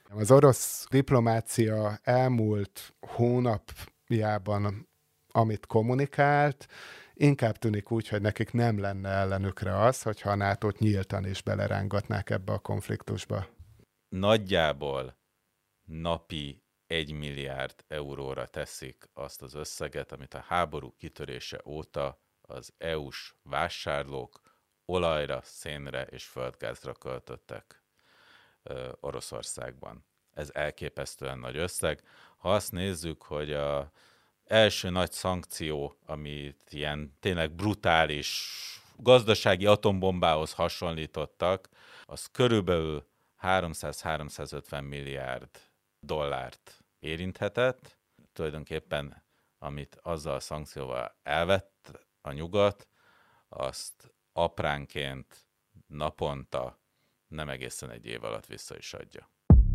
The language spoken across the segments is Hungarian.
Az orosz diplomácia elmúlt hónapjában, amit kommunikált, inkább tűnik úgy, hogy nekik nem lenne ellenükre az, hogyha a NATO-t nyíltan is belerángatnák ebbe a konfliktusba. Nagyjából napi 1 milliárd euróra teszik azt az összeget, amit a háború kitörése óta az EU-s vásárlók olajra, szénre és földgázra költöttek Oroszországban. Ez elképesztően nagy összeg. Ha azt nézzük, hogy az első nagy szankció, amit ilyen tényleg brutális gazdasági atombombához hasonlítottak, az körülbelül 300-350 milliárd dollárt érinthetett. Tulajdonképpen, amit azzal a szankcióval elvett a nyugat, azt apránként naponta nem egészen egy év alatt vissza is adja.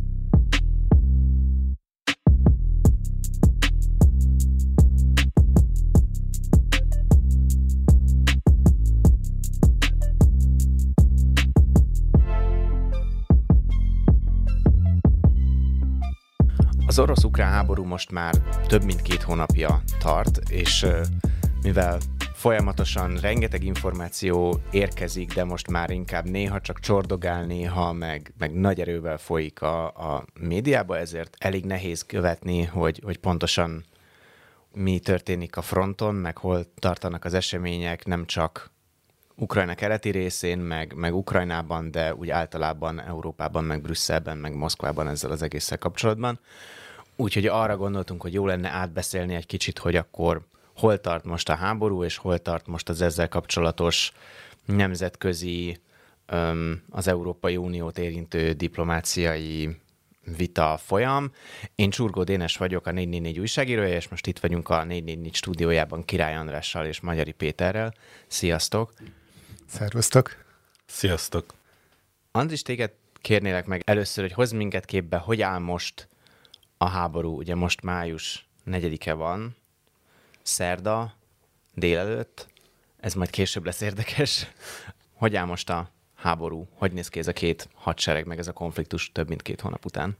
Az orosz-ukrán háború most már több mint 2 hónapja tart, és mivel folyamatosan rengeteg információ érkezik, de most már inkább néha csak csordogál, néha meg nagy erővel folyik a médiába, ezért elég nehéz követni, hogy pontosan mi történik a fronton, meg hol tartanak az események, nem csak Ukrajna keleti részén, meg Ukrajnában, de úgy általában Európában, meg Brüsszelben, meg Moszkvában ezzel az egésszel kapcsolatban. Úgyhogy arra gondoltunk, hogy jó lenne átbeszélni egy kicsit, hogy akkor hol tart most a háború, és hol tart most az ezzel kapcsolatos nemzetközi, az Európai Uniót érintő diplomáciai vita folyam. Én Csurgó Dénes vagyok, a 444 újságírója, és most itt vagyunk a 444 stúdiójában Király Andrással és Magyari Péterrel. Sziasztok! Szervusztok! Sziasztok! Andris, téged kérnélek meg először, hogy hozz minket képbe, hogy áll most a háború. Ugye most május 4-e van, szerda, délelőtt, ez majd később lesz érdekes. Hogy áll most a háború? Hogy néz ki ez a 2 hadsereg, meg ez a konfliktus több mint 2 hónap után?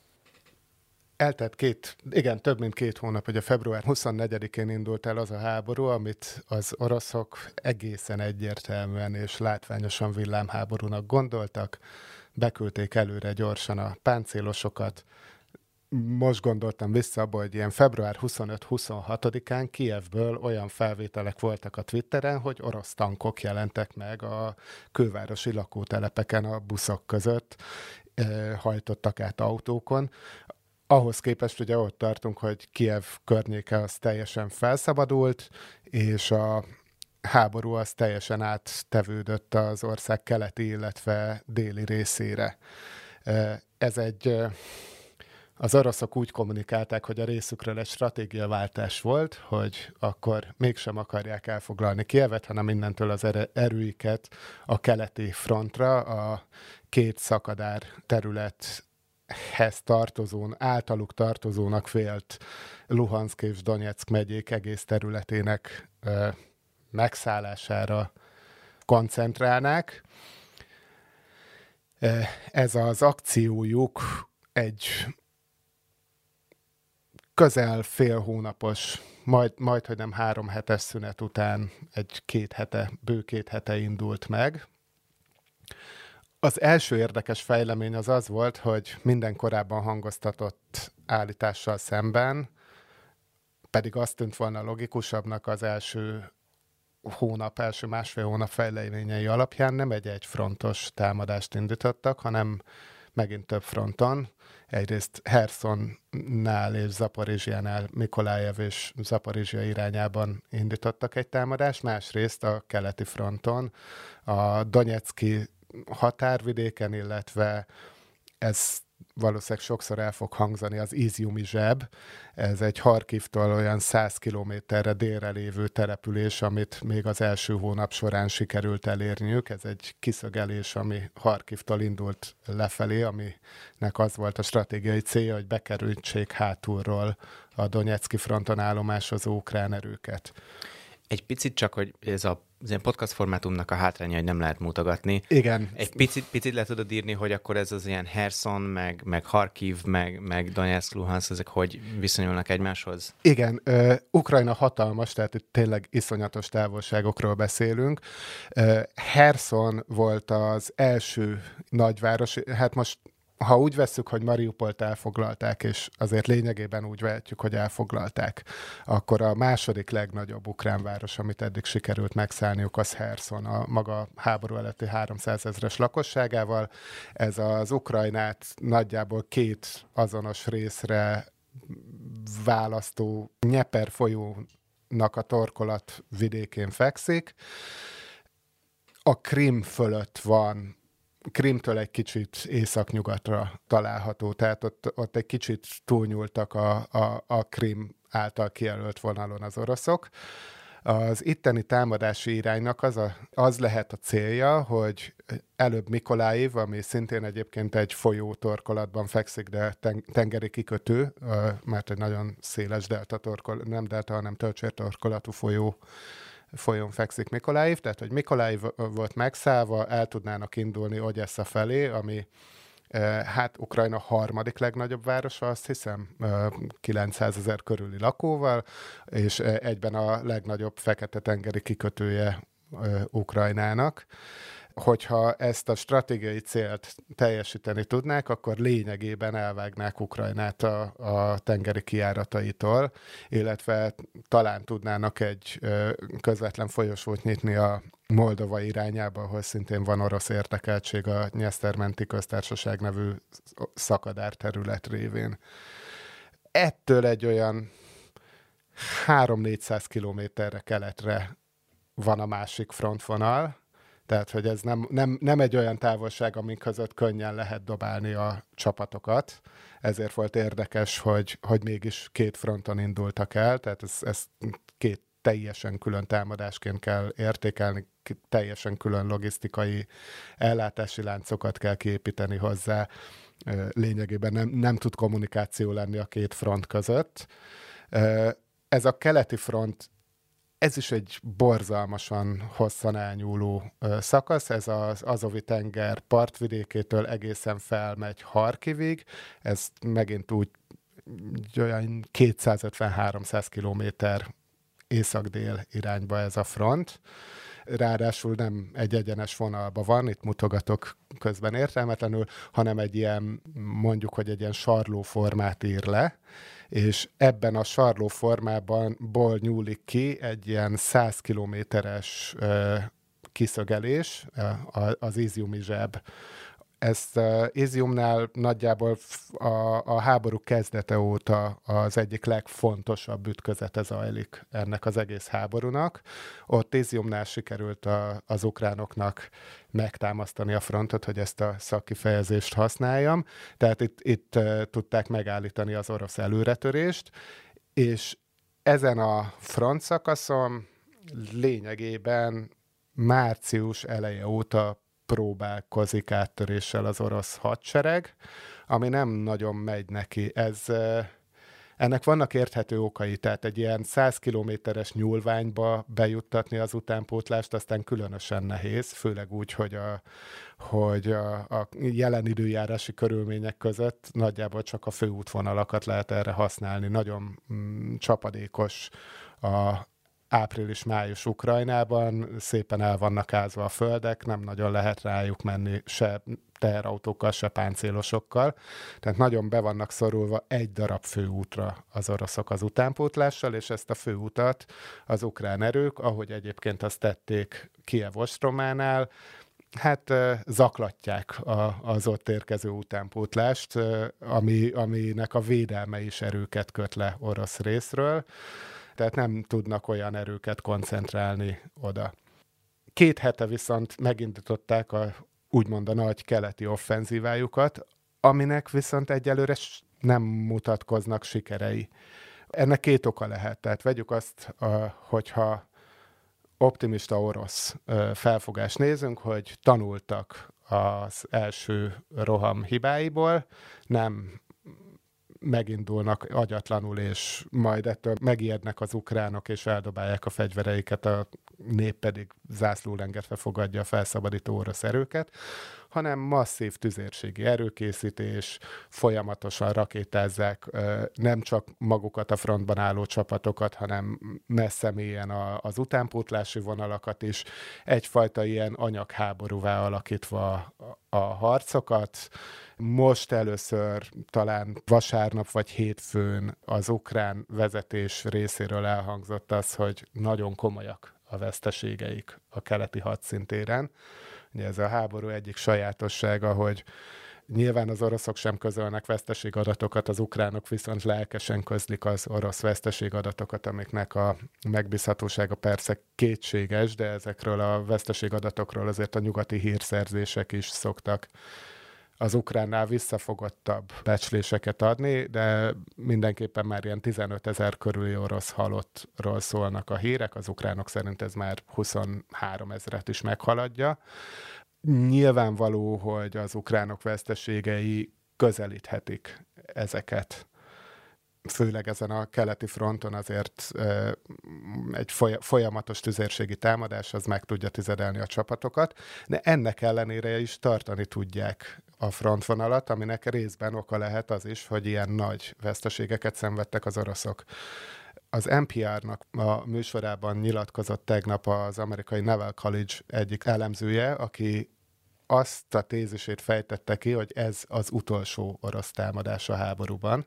Eltelt több mint 2 hónap, hogy a február 24-én indult el az a háború, amit az oroszok egészen egyértelműen és látványosan villámháborúnak gondoltak. Beküldték előre gyorsan a páncélosokat. Most gondoltam vissza abba, hogy ilyen február 25-26-án Kijevből olyan felvételek voltak a Twitteren, hogy orosz tankok jelentek meg a külvárosi lakótelepeken a buszok között, hajtottak át autókon. Ahhoz képest ugye ott tartunk, hogy Kijev környéke az teljesen felszabadult, és a háború az teljesen áttevődött az ország keleti, illetve déli részére. Az oroszok úgy kommunikálták, hogy a részükről egy stratégiaváltás volt, hogy akkor mégsem akarják elfoglalni Kijevet, hanem innentől az erőiket a keleti frontra, a 2 szakadár területhez általuk tartozónak vélt Luhanszk és Donyeck megyék egész területének megszállására koncentrálnák. Ez az akciójuk egy közel fél hónapos, majd hogy nem 3 hetes szünet után egy 2 hete indult meg. Az első érdekes fejlemény az volt, hogy minden korábban hangoztatott állítással szemben, pedig azt tűnt volna logikusabbnak az első másfél hónap fejleményei alapján nem egy frontos támadást indítottak, hanem megint több fronton. Egyrészt Hersonnál és Zaporizsjánál, Mikolájev és Zaporizsja irányában indítottak egy támadást, másrészt a keleti fronton, a Donyecky határvidéken, illetve ez valószínűleg sokszor el fog hangzani, az Izjumi Zseb. Ez egy Harkivtól olyan 100 kilométerre délre lévő település, amit még az első hónap során sikerült elérniük. Ez egy kiszögelés, ami Harkivtól indult lefelé, aminek az volt a stratégiai célja, hogy bekerültsék hátulról a Donyecky fronton állomásozó ukrán erőket. Egy picit csak, hogy ez a az ilyen podcast formátumnak a hátránya, hogy nem lehet mutogatni. Igen. Egy picit le tudod írni, hogy akkor ez az ilyen Kherson, meg Kharkiv, meg Donetsk, Luhansk, ezek hogy viszonyulnak egymáshoz? Igen, Ukrajna hatalmas, tehát itt tényleg iszonyatos távolságokról beszélünk. Kherson volt az első nagyváros, hát most ha úgy vesszük, hogy Mariupolt elfoglalták, és azért lényegében úgy vehetjük, hogy elfoglalták, akkor a második legnagyobb ukrán város, amit eddig sikerült megszállniuk, az Kherson, a maga háború előtti 300 000-es lakosságával. Ez az Ukrajnát nagyjából két azonos részre választó Dnyeper folyónak a torkolat vidékén fekszik. A Krim fölött van, Krimtől egy kicsit északnyugatra található, tehát ott egy kicsit túlnyúltak a Krim által kijelölt vonalon az oroszok. Az itteni támadási iránynak az lehet a célja, hogy előbb Mikoláiv, ami szintén egyébként egy folyó torkolatban fekszik, de tengeri kikötő, mert egy nagyon széles nem delta, hanem tölcsértorkolatú folyón fekszik Mikoláiv, tehát hogy Mikoláiv volt megszállva, el tudnának indulni Ogyessa felé, ami hát Ukrajna harmadik legnagyobb városa, azt hiszem, 900 000 körüli lakóval, és egyben a legnagyobb fekete-tengeri kikötője Ukrajnának. Hogyha ezt a stratégiai célt teljesíteni tudnák, akkor lényegében elvágnák Ukrajnát a tengeri kijárataitól, illetve talán tudnának egy közvetlen folyosót nyitni a Moldova irányába, ahol szintén van orosz érdekeltség a Nyesztermenti Köztársaság nevű szakadár terület révén. Ettől egy olyan 300-400 kilométerre keletre van a másik frontvonal, tehát, hogy ez nem egy olyan távolság, amin között könnyen lehet dobálni a csapatokat. Ezért volt érdekes, hogy mégis két fronton indultak el, tehát ez két teljesen külön támadásként kell értékelni, teljesen külön logisztikai ellátási láncokat kell kiépíteni hozzá. Lényegében nem tud kommunikáció lenni a két front között. Ez a keleti front, ez is egy borzalmasan hosszan elnyúló szakasz, ez az Azovi-tenger partvidékétől egészen felmegy Kharkivig, ez megint úgy olyan 250-300 kilométer észak-dél irányba ez a front. Ráadásul nem egy egyenes vonalban van, itt mutogatok közben értelmetlenül, hanem egy ilyen, mondjuk, hogy egy ilyen sarlóformát ír le, és ebben a sarlóformában nyúlik ki egy ilyen 100 kilométeres kiszögelés, az Iziumi zseb. Ezt Iziumnál nagyjából a háború kezdete óta az egyik legfontosabb ütközete zajlik ennek az egész háborúnak. Ott Iziumnál sikerült az ukránoknak megtámasztani a frontot, hogy ezt a szakkifejezést használjam. Tehát itt tudták megállítani az orosz előretörést, és ezen a frontszakaszon lényegében március eleje óta próbálkozik áttöréssel az orosz hadsereg, ami nem nagyon megy neki. Ennek vannak érthető okai, tehát egy ilyen 100 kilométeres nyúlványba bejuttatni az utánpótlást, aztán különösen nehéz, főleg úgy, hogy a jelen időjárási körülmények között nagyjából csak a főútvonalakat lehet erre használni. Nagyon csapadékos a április-május Ukrajnában, szépen el vannak ázva a földek, nem nagyon lehet rájuk menni se teherautókkal, se páncélosokkal. Tehát nagyon be vannak szorulva egy darab főútra az oroszok az utánpótlással, és ezt a főutat az ukrán erők, ahogy egyébként azt tették Kijev-ostrománál, hát zaklatják az ott érkező utánpótlást, aminek a védelme is erőket köt le orosz részről. Tehát nem tudnak olyan erőket koncentrálni oda. 2 hete viszont megindították úgymond a nagy keleti offenzívájukat, aminek viszont egyelőre nem mutatkoznak sikerei. Ennek 2 oka lehet. Tehát vegyük azt, hogyha optimista orosz felfogást nézünk, hogy tanultak az első roham hibáiból, nem megindulnak agyatlanul, és majd ettől megijednek az ukránok, és eldobálják a fegyvereiket a nép pedig zászlólengetve fogadja a felszabadító orosz erőket, hanem masszív tüzérségi erőkészítés, folyamatosan rakétázzák nem csak magukat a frontban álló csapatokat, hanem messze mélyen az utánpótlási vonalakat is, egyfajta ilyen anyagháborúvá alakítva a harcokat. Most először talán vasárnap vagy hétfőn az ukrán vezetés részéről elhangzott az, hogy nagyon komolyak a veszteségeik a keleti hadszintéren. Ugye ez a háború egyik sajátossága, hogy nyilván az oroszok sem közölnek veszteségadatokat, az ukránok viszont lelkesen közlik az orosz veszteségadatokat, amiknek a megbízhatósága persze kétséges, de ezekről a veszteségadatokról azért a nyugati hírszerzések is szoktak az ukránnál visszafogottabb becsléseket adni, de mindenképpen már ilyen 15 000 körüli orosz halottról szólnak a hírek, az ukránok szerint ez már 23 000-et is meghaladja. Nyilvánvaló, hogy az ukránok veszteségei közelíthetik ezeket. Főleg ezen a keleti fronton azért egy folyamatos tüzérségi támadás az meg tudja tizedelni a csapatokat, de ennek ellenére is tartani tudják a frontvonalat, aminek részben oka lehet az is, hogy ilyen nagy veszteségeket szenvedtek az oroszok. Az NPR-nak a műsorában nyilatkozott tegnap az amerikai Naval College egyik elemzője, aki azt a tézisét fejtette ki, hogy ez az utolsó orosz támadás a háborúban,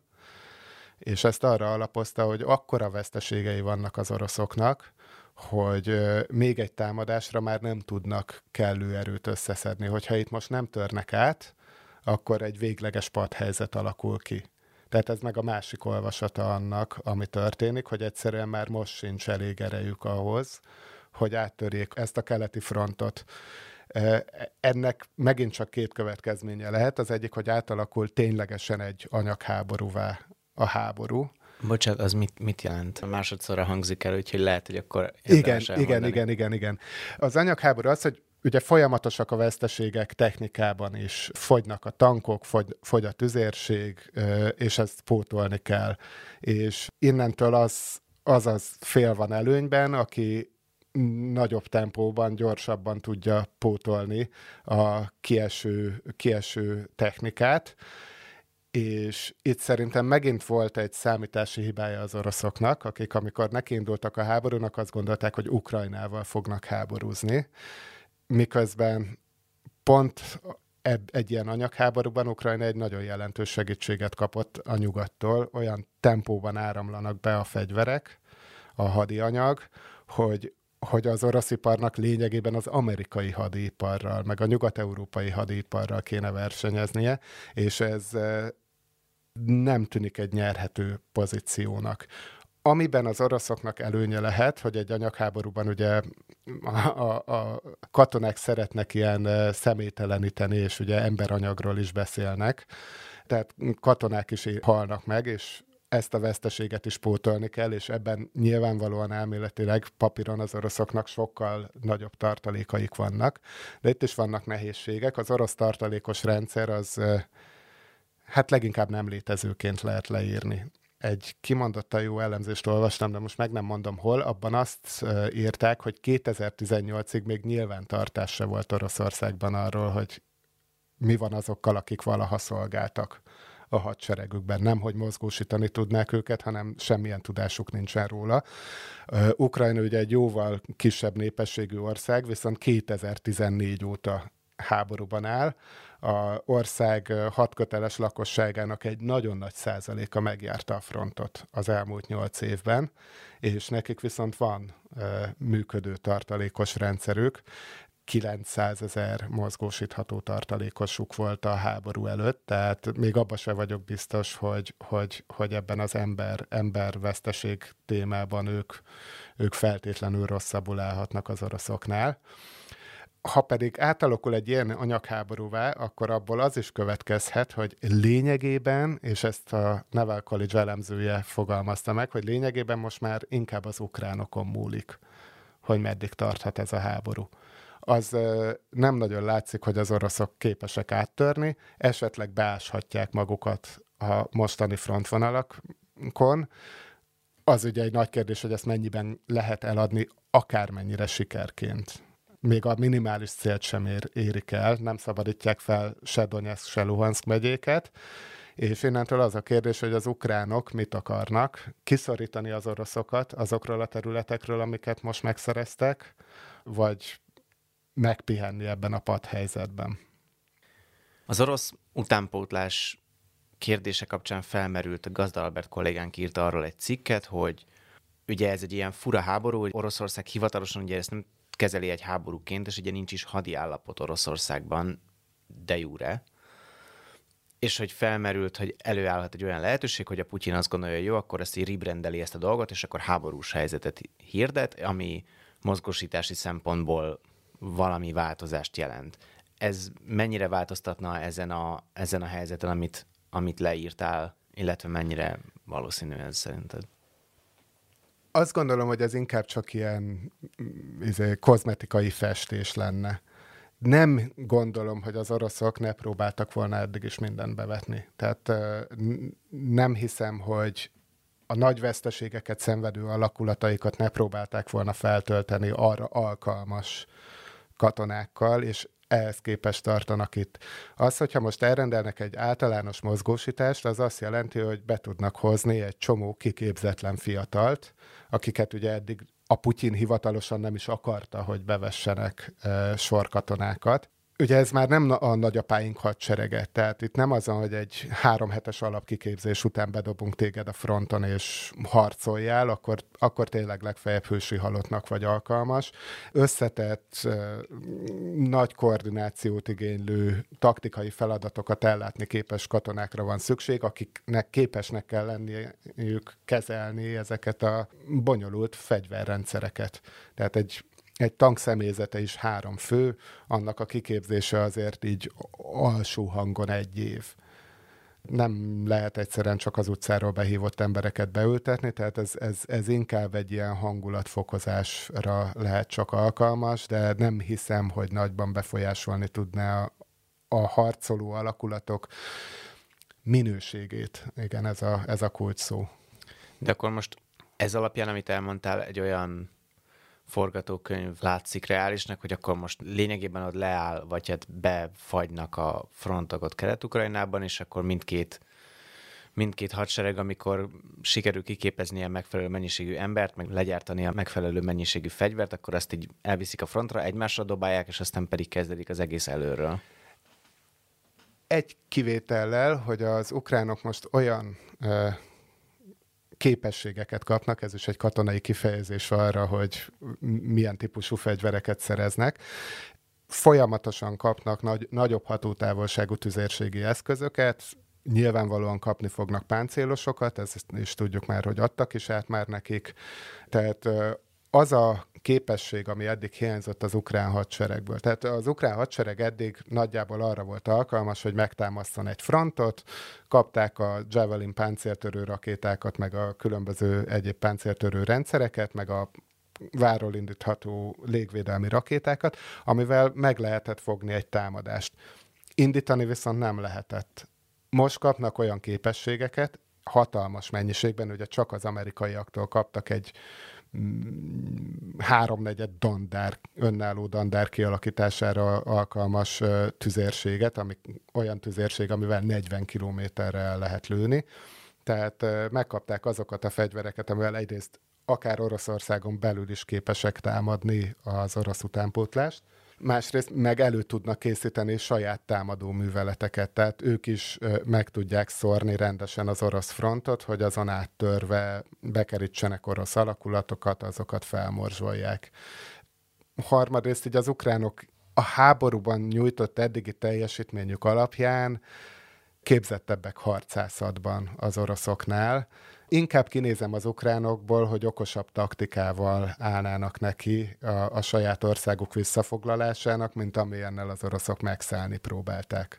és ezt arra alapozta, hogy akkora veszteségei vannak az oroszoknak, hogy még egy támadásra már nem tudnak kellő erőt összeszedni. Hogyha itt most nem törnek át, akkor egy végleges padhelyzet alakul ki. Tehát ez meg a másik olvasata annak, ami történik, hogy egyszerűen már most sincs elég erejük ahhoz, hogy áttörjék ezt a keleti frontot. Ennek megint csak két következménye lehet. Az egyik, hogy átalakul ténylegesen egy anyagháborúvá a Bocsánat, az mit jelent? Másodszorra hangzik el, úgyhogy lehet, hogy akkor... Igen. Az anyagháború az, hogy ugye folyamatosak a veszteségek technikában is, fogynak a tankok, fogy a tüzérség, és ezt pótolni kell. És innentől az fél van előnyben, aki nagyobb tempóban, gyorsabban tudja pótolni a kieső technikát, és itt szerintem megint volt egy számítási hibája az oroszoknak, akik amikor nekiindultak a háborúnak, azt gondolták, hogy Ukrajnával fognak háborúzni, miközben pont egy ilyen anyagháborúban Ukrajna egy nagyon jelentős segítséget kapott a nyugattól, olyan tempóban áramlanak be a fegyverek, a hadianyag, hogy az orosz iparnak lényegében az amerikai hadiiparral, meg a nyugat-európai hadiiparral kéne versenyeznie, és ez nem tűnik egy nyerhető pozíciónak. Amiben az oroszoknak előnye lehet, hogy egy anyagháborúban ugye a katonák szeretnek ilyen személyteleníteni, és ugye emberanyagról is beszélnek, tehát katonák is halnak meg, és ezt a veszteséget is pótolni kell, és ebben nyilvánvalóan elméletileg papíron az oroszoknak sokkal nagyobb tartalékaik vannak, de itt is vannak nehézségek. Az orosz tartalékos rendszer az hát leginkább nem létezőként lehet leírni. Egy kimondottan jó elemzést olvastam, de most meg nem mondom hol, abban azt írták, hogy 2018-ig még nyilvántartás se volt Oroszországban arról, hogy mi van azokkal, akik valaha szolgáltak a hadseregükben. Nem, hogy mozgósítani tudnák őket, hanem semmilyen tudásuk nincsen róla. Ukrajna ugye egy jóval kisebb népességű ország, viszont 2014 óta háborúban áll. A ország hadköteles lakosságának egy nagyon nagy százaléka megjárta a frontot az elmúlt 8 évben, és nekik viszont van működő tartalékos rendszerük. 900 000 mozgósítható tartalékosuk volt a háború előtt, tehát még abban sem vagyok biztos, hogy ebben az emberveszteség témában ők feltétlenül rosszabbul állhatnak az oroszoknál. Ha pedig átalakul egy ilyen anyagháborúvá, akkor abból az is következhet, hogy lényegében, és ezt a Naval College elemzője fogalmazta meg, hogy lényegében most már inkább az ukránokon múlik, hogy meddig tarthat ez a háború. Az nem nagyon látszik, hogy az oroszok képesek áttörni, esetleg beáshatják magukat a mostani frontvonalakon, Az ugye egy nagy kérdés, hogy ezt mennyiben lehet eladni akármennyire sikerként. Még a minimális célt sem érik el, nem szabadítják fel se Donetsk, se Luhansk megyéket, és innentől az a kérdés, hogy az ukránok mit akarnak, kiszorítani az oroszokat azokról a területekről, amiket most megszereztek, vagy megpihenni ebben a padhelyzetben. Az orosz utánpótlás kérdése kapcsán felmerült, a Gazda Albert kollégánk írta arról egy cikket, hogy ugye ez egy ilyen fura háború, hogy Oroszország hivatalosan ugye ezt nem kezeli egy háborúként, és ugye nincs is hadi állapot Oroszországban de jure, és hogy felmerült, hogy előállhat egy olyan lehetőség, hogy a Putyin azt gondolja, hogy jó, akkor ezt így rebrandeli ezt a dolgot, és akkor háborús helyzetet hirdet, ami mozgósítási szempontból valami változást jelent. Ez mennyire változtatna ezen a helyzeten, amit leírtál, illetve mennyire valószínű ez szerinted? Azt gondolom, hogy ez inkább csak ilyen kozmetikai festés lenne. Nem gondolom, hogy az oroszok ne próbáltak volna eddig is mindent bevetni. Tehát nem hiszem, hogy a nagy veszteségeket szenvedő alakulataikat ne próbálták volna feltölteni arra alkalmas katonákkal, és ehhez képest tartanak itt. Az, hogyha most elrendelnek egy általános mozgósítást, az azt jelenti, hogy be tudnak hozni egy csomó kiképzetlen fiatalt, akiket ugye eddig a Putyin hivatalosan nem is akarta, hogy bevessenek sorkatonákat. Ugye ez már nem a nagyapáink hadserege, tehát itt nem azon, hogy egy 3 hetes alapkiképzés után bedobunk téged a fronton és harcoljál, akkor tényleg legfeljebb hősi halottnak vagy alkalmas. Összetett, nagy koordinációt igénylő taktikai feladatokat ellátni képes katonákra van szükség, akiknek képesnek kell lenniük kezelni ezeket a bonyolult fegyverrendszereket. Tehát egy tank személyzete is 3 fő, annak a kiképzése azért így alsó hangon 1 év. Nem lehet egyszerűen csak az utcáról behívott embereket beültetni, tehát ez inkább egy ilyen hangulatfokozásra lehet csak alkalmas, de nem hiszem, hogy nagyban befolyásolni tudná a harcoló alakulatok minőségét. Igen, ez a kulcs szó. De akkor most ez alapján, amit elmondtál, egy olyan forgatókönyv látszik reálisnak, hogy akkor most lényegében ott leáll, vagy hát befagynak a frontokat Kelet-Ukrajnában, és akkor mindkét hadsereg, amikor sikerül kiképezni a megfelelő mennyiségű embert, meg legyártani a megfelelő mennyiségű fegyvert, akkor azt így elviszik a frontra, egymásra dobálják, és aztán pedig kezdődik az egész előről. Egy kivétellel, hogy az ukránok most olyan képességeket kapnak, ez is egy katonai kifejezés arra, hogy milyen típusú fegyvereket szereznek. Folyamatosan kapnak nagyobb hatótávolságú tüzérségi eszközöket, nyilvánvalóan kapni fognak páncélosokat, ezt is tudjuk már, hogy adtak is át már nekik. Tehát az a képesség, ami eddig hiányzott az ukrán hadseregből. Tehát az ukrán hadsereg eddig nagyjából arra volt alkalmas, hogy megtámasszon egy frontot, kapták a Javelin páncéltörő rakétákat, meg a különböző egyéb páncéltörő rendszereket, meg a várról indítható légvédelmi rakétákat, amivel meg lehetett fogni egy támadást. Indítani viszont nem lehetett. Most kapnak olyan képességeket, hatalmas mennyiségben, ugye csak az amerikaiaktól kaptak egy 3/4 dandár, önálló dandár kialakítására alkalmas tüzérséget, olyan tüzérség, amivel 40 kilométerre el lehet lőni. Tehát megkapták azokat a fegyvereket, amivel egyrészt akár Oroszországon belül is képesek támadni az orosz utánpótlást, másrészt meg elő tudnak készíteni saját támadó műveleteket, tehát ők is meg tudják szórni rendesen az orosz frontot, hogy azon áttörve bekerítsenek orosz alakulatokat, azokat felmorzsolják. Harmadrészt így az ukránok a háborúban nyújtott eddigi teljesítményük alapján képzettebbek harcászatban az oroszoknál. Inkább kinézem az ukránokból, hogy okosabb taktikával állnának neki a saját országuk visszafoglalásának, mint amilyennel az oroszok megszállni próbálták.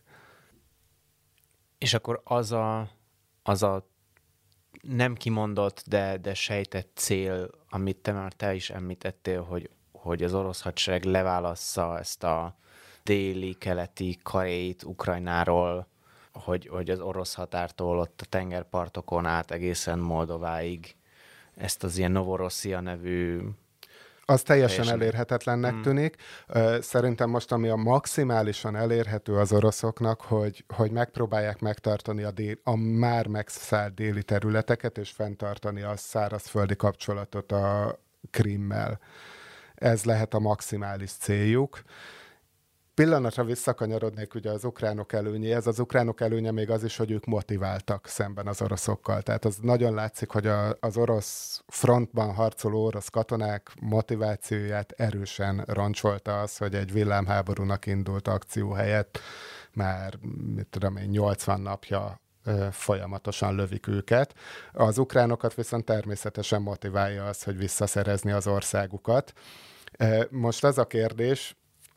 És akkor az a nem kimondott, de sejtett cél, amit te is említettél, hogy az orosz hadsereg leválassza ezt a déli-keleti Karéit Ukrajnáról, hogy az orosz határtól ott a tengerpartokon át egészen Moldováig ezt az ilyen Novorosszia nevű... Az teljesen elérhetetlennek tűnik. Szerintem most, ami a maximálisan elérhető az oroszoknak, hogy megpróbálják megtartani a már megszállt déli területeket, és fenntartani a szárazföldi kapcsolatot a Krimmel. Ez lehet a maximális céljuk. Pillanatra visszakanyarodnék ugye az ukránok előnyéhez. Az ukránok előnye még az is, hogy ők motiváltak szemben az oroszokkal. Tehát az nagyon látszik, hogy az orosz frontban harcoló orosz katonák motivációját erősen roncsolta az, hogy egy villámháborúnak indult akció helyett már 80 napja folyamatosan lövik őket. Az ukránokat viszont természetesen motiválja az, hogy visszaszerezni az országukat. Most az a kérdés,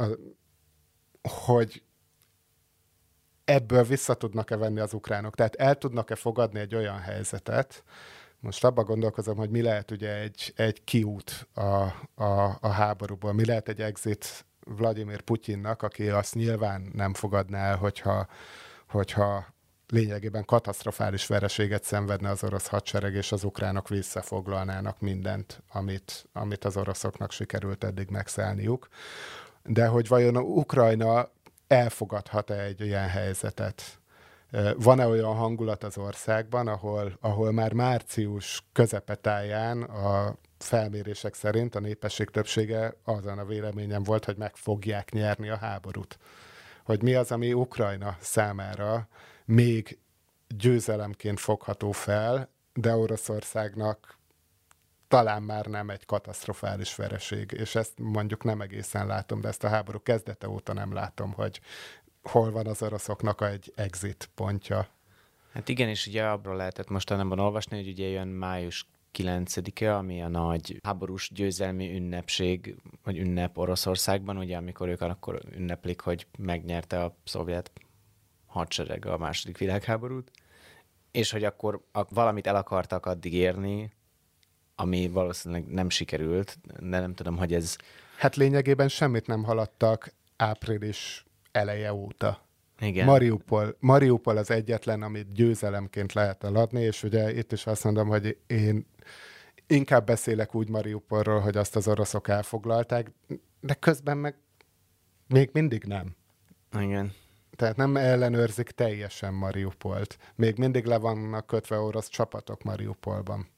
hogy ebből vissza tudnak-e venni az ukránok. Tehát el tudnak-e fogadni egy olyan helyzetet, most abban gondolkozom, hogy mi lehet ugye egy kiút a háborúból, mi lehet egy exit Vladimir Putyinnak, aki azt nyilván nem fogadná el, hogyha lényegében katasztrofális vereséget szenvedne az orosz hadsereg, és az ukránok visszafoglalnának mindent, amit az oroszoknak sikerült eddig megszállniuk. De hogy vajon Ukrajna elfogadhat-e egy ilyen helyzetet? Van-e olyan hangulat az országban, ahol már március közepetáján a felmérések szerint a népesség többsége azon a véleményen volt, hogy meg fogják nyerni a háborút? Hogy mi az, ami Ukrajna számára még győzelemként fogható fel, de Oroszországnak talán már nem egy katasztrofális vereség, és ezt mondjuk nem egészen látom, de ezt a háború kezdete óta nem látom, hogy hol van az oroszoknak egy exit pontja. Hát igen, és ugye abról lehetett mostanában olvasni, hogy ugye jön május 9-e, ami a nagy háborús győzelmi ünnepség, vagy ünnep Oroszországban, ugye amikor ők akkor ünneplik, hogy megnyerte a szovjet hadsereg a második világháborút, és hogy akkor valamit el akartak addig érni, ami valószínűleg nem sikerült, de nem tudom, hogy ez... Hát lényegében semmit nem haladtak április eleje óta. Igen. Mariupol az egyetlen, amit győzelemként lehet eladni, és ugye itt is azt mondom, hogy én inkább beszélek úgy Mariupolról, hogy azt az oroszok elfoglalták, de közben meg még mindig nem. Igen. Tehát nem ellenőrzik teljesen Mariupolt. Még mindig le vannak kötve orosz csapatok Mariupolban.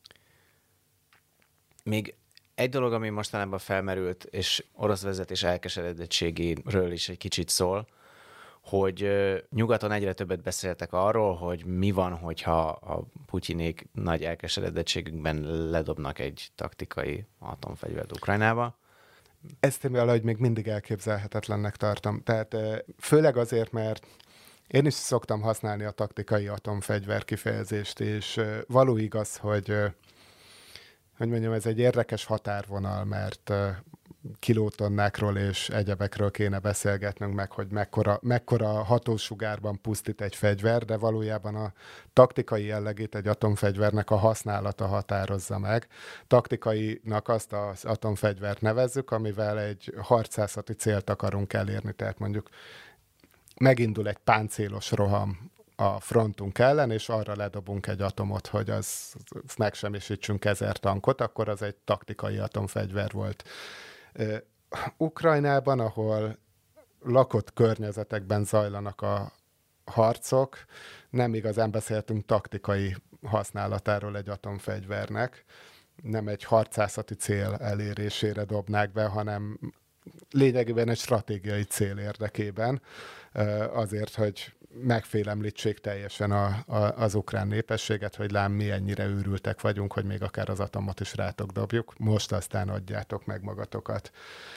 Még egy dolog, ami mostanában felmerült, és orosz vezetés elkeseredettségéről is egy kicsit szól, hogy nyugaton egyre többet beszéltek arról, hogy mi van, hogyha a putyinék nagy elkeseredettségükben ledobnak egy taktikai atomfegyvert Ukrajnába. Ezt én valahogy még mindig elképzelhetetlennek tartom. Tehát főleg azért, mert én is szoktam használni a taktikai atomfegyver kifejezést, és való igaz, hogy mondjam, ez egy érdekes határvonal, mert kilótonnákról és egyebekről kéne beszélgetnünk meg, hogy mekkora hatósugárban pusztít egy fegyver, de valójában a taktikai jellegét egy atomfegyvernek a használata határozza meg. Taktikainak azt az atomfegyvert nevezzük, amivel egy harcászati célt akarunk elérni, tehát mondjuk megindul egy páncélos roham a frontunk ellen, és arra ledobunk egy atomot, hogy az megsemmisítsünk 1000 tankot, akkor az egy taktikai atomfegyver volt. Ukrajnában, ahol lakott környezetekben zajlanak a harcok, nem igazán beszéltünk taktikai használatáról egy atomfegyvernek, nem egy harcászati cél elérésére dobnák be, hanem lényegében egy stratégiai cél érdekében, azért, hogy megfélemlítsék teljesen az ukrán népességet, hogy lám mi ennyire őrültek vagyunk, hogy még akár az atomot is rátok dobjuk, most aztán adjátok meg magatokat.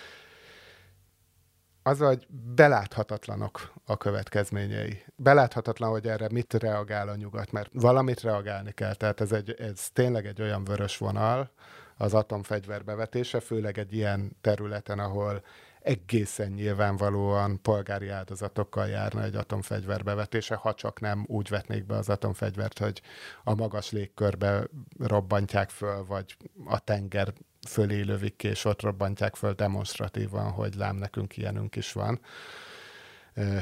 Az, hogy beláthatatlanok a következményei. Beláthatatlan, hogy erre mit reagál a nyugat, mert valamit reagálni kell. Tehát ez tényleg egy olyan vörös vonal, az atomfegyver bevetése, főleg egy ilyen területen, ahol egészen nyilvánvalóan polgári áldozatokkal járna egy atomfegyver bevetése, ha csak nem úgy vetnék be az atomfegyvert, hogy a magas légkörbe robbantják föl, vagy a tenger fölé lövik ki, és ott robbantják föl demonstratívan, hogy lám nekünk ilyenünk is van.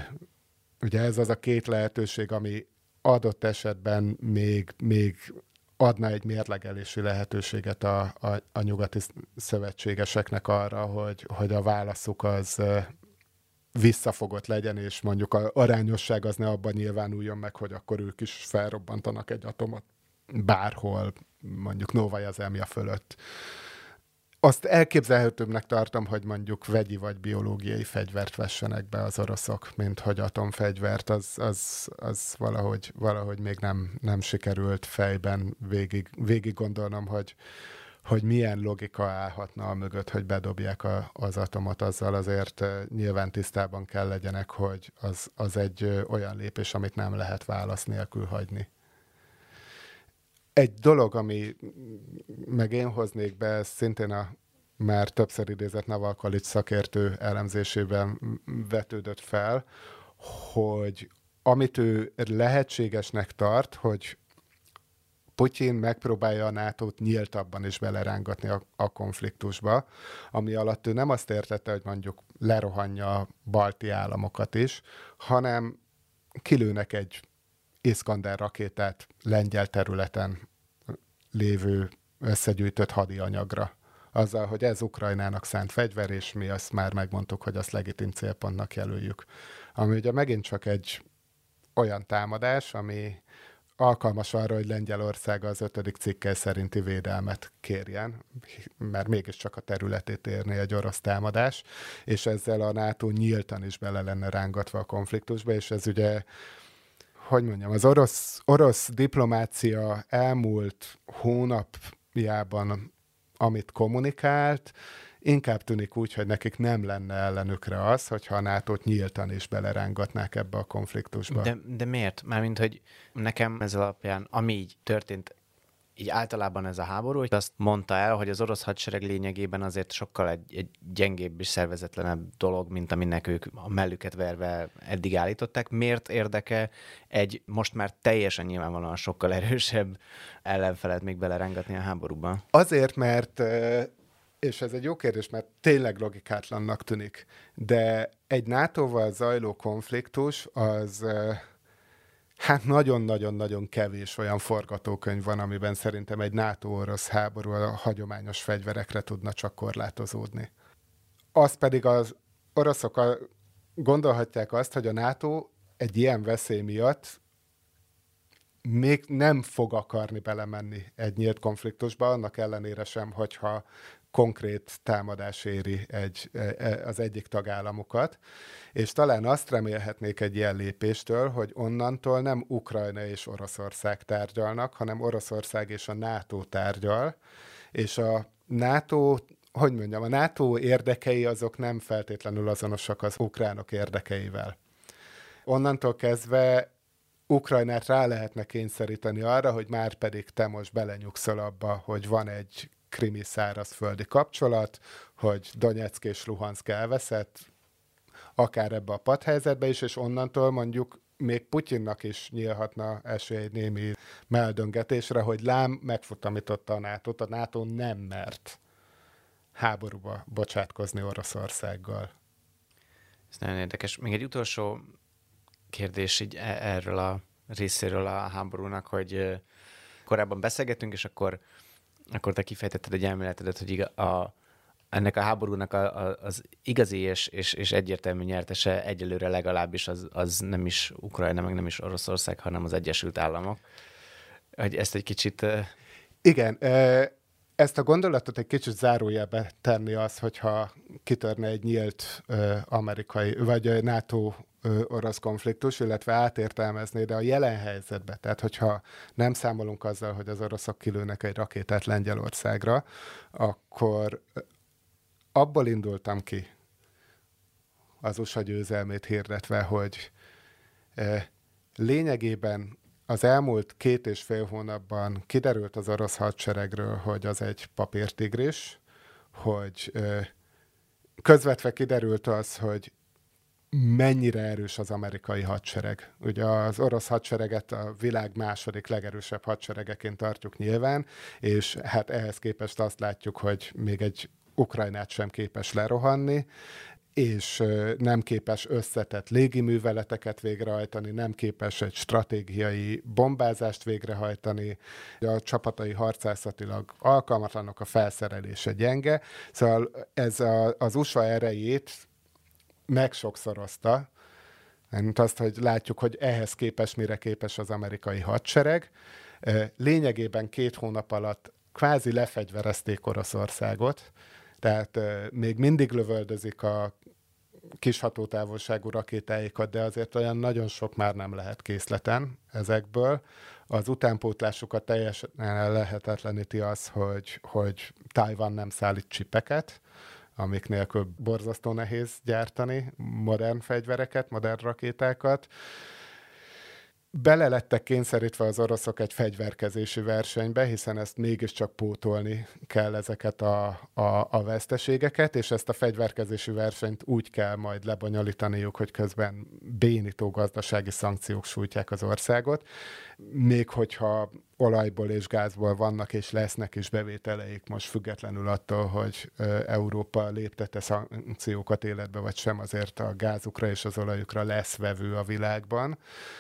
Ugye ez az a két lehetőség, ami adott esetben még adna egy mérlegelési lehetőséget a nyugati szövetségeseknek arra, hogy a válaszuk az visszafogott legyen, és mondjuk az arányosság az ne abban nyilvánuljon meg, hogy akkor ők is felrobbantanak egy atomot bárhol, mondjuk Novaja Zemlja fölött. Azt elképzelhetőbbnek tartom, hogy mondjuk vegyi vagy biológiai fegyvert vessenek be az oroszok, mint hogy atomfegyvert, az valahogy még nem sikerült fejben végig gondolnom, hogy milyen logika állhatna mögött, hogy bedobják az atomot, azzal azért nyilván tisztában kell legyenek, hogy az egy olyan lépés, amit nem lehet válasz nélkül hagyni. Egy dolog, ami meg én hoznék be, szintén a már többször idézett Navalkalics szakértő elemzésében vetődött fel, hogy amit ő lehetségesnek tart, hogy Putyin megpróbálja a NATO-t nyíltabban is belerángatni a konfliktusba, ami alatt ő nem azt értette, hogy mondjuk lerohanja a balti államokat is, hanem kilőnek egy Iskander rakétát lengyel területen lévő összegyűjtött hadianyagra. Azzal, hogy ez Ukrajnának szánt fegyver, és mi azt már megmondtuk, hogy azt legitim célpontnak jelöljük. Ami ugye megint csak egy olyan támadás, ami alkalmas arra, hogy Lengyelország az 5. cikkely szerinti védelmet kérjen, mert mégiscsak a területét érné egy orosz támadás, és ezzel a NATO nyíltan is bele lenne rángatva a konfliktusba, és ez ugye, hogy mondjam, az orosz diplomácia elmúlt hónapjában, amit kommunikált, inkább tűnik úgy, hogy nekik nem lenne ellenükre az, hogyha a NATO-t nyíltan is belerángatnák ebbe a konfliktusba. De miért? Mármint, hogy nekem ez alapján, ami így történt, így általában ez a háború, hogy azt mondta el, hogy az orosz hadsereg lényegében azért sokkal egy gyengébb és szervezetlenebb dolog, mint aminek ők a mellüket verve eddig állították. Miért érdeke egy most már teljesen nyilvánvalóan sokkal erősebb ellenfelet még belerángatni a háborúban? Azért, mert és ez egy jó kérdés, mert tényleg logikátlannak tűnik, de egy NATO-val zajló konfliktus az hát nagyon-nagyon-nagyon kevés olyan forgatókönyv van, amiben szerintem egy NATO-orosz háború a hagyományos fegyverekre tudna csak korlátozódni. Az pedig az oroszok gondolhatják azt, hogy a NATO egy ilyen veszély miatt még nem fog akarni belemenni egy nyílt konfliktusba, annak ellenére sem, hogyha konkrét támadás éri az egyik tagállamokat, és talán azt remélhetnék egy ilyen lépéstől, hogy onnantól nem Ukrajna és Oroszország tárgyalnak, hanem Oroszország és a NATO tárgyal, és a NATO, hogy mondjam, a NATO érdekei azok nem feltétlenül azonosak az ukránok érdekeivel. Onnantól kezdve Ukrajnát rá lehetne kényszeríteni arra, hogy már pedig te most belenyugszol abba, hogy van egy krimi szárazföldi kapcsolat, hogy Donyeck és Luhanszk elveszett, akár ebbe a padhelyzetbe is, és onnantól mondjuk még Putyinnak is nyílhatna esély egy némi meldöngetésre, hogy lám megfutamította a NATO-t, a NATO nem mert háborúba bocsátkozni Oroszországgal. Ez nagyon érdekes. Még egy utolsó kérdés így erről a részéről a háborúnak, hogy korábban beszélgettünk, és akkor te kifejtetted egy elméletedet, hogy ennek a háborúnak az igazi és egyértelmű nyertese egyelőre legalábbis az nem is Ukrajna, meg nem is Oroszország, hanem az Egyesült Államok. Hogy ezt egy kicsit... Igen, ezt a gondolatot egy kicsit zárójelbe tenni az, hogyha kitörne egy nyílt amerikai, vagy NATO orosz konfliktus, illetve átértelmezni, de a jelen helyzetben, tehát hogyha nem számolunk azzal, hogy az oroszok kilőnek egy rakétát Lengyelországra, akkor abból indultam ki az USA győzelmét hirdetve, hogy lényegében az elmúlt 2,5 hónapban kiderült az orosz hadseregről, hogy az egy papírtigris, hogy közvetve kiderült az, hogy mennyire erős az amerikai hadsereg. Ugye az orosz hadsereget a világ második legerősebb hadseregeként tartjuk nyilván, és hát ehhez képest azt látjuk, hogy még egy Ukrajnát sem képes lerohanni, és nem képes összetett légiműveleteket végrehajtani, nem képes egy stratégiai bombázást végrehajtani, a csapatai harcászatilag alkalmatlanok, a felszerelése gyenge. Szóval ez az USA erejét megsokszorozta, mint azt, hogy látjuk, hogy ehhez képest mire képes az amerikai hadsereg. Lényegében 2 hónap alatt kvázi lefegyverezték Oroszországot, tehát még mindig lövöldözik a kis hatótávolságú rakétáikat, de azért olyan nagyon sok már nem lehet készleten ezekből. Az utánpótlásukat teljesen lehetetleníti az, hogy Tajvan nem szállít csipeket, amik nélkül borzasztó nehéz gyártani modern fegyvereket, modern rakétákat. Bele lettek kényszerítve az oroszok egy fegyverkezési versenybe, hiszen ezt mégiscsak pótolni kell ezeket a veszteségeket, és ezt a fegyverkezési versenyt úgy kell majd lebonyolítaniuk, hogy közben bénító gazdasági szankciók sújtják az országot, még hogyha olajból és gázból vannak és lesznek is bevételeik most függetlenül attól, hogy Európa léptette szankciókat életbe, vagy sem, azért a gázukra és az olajukra lesz vevő a világban.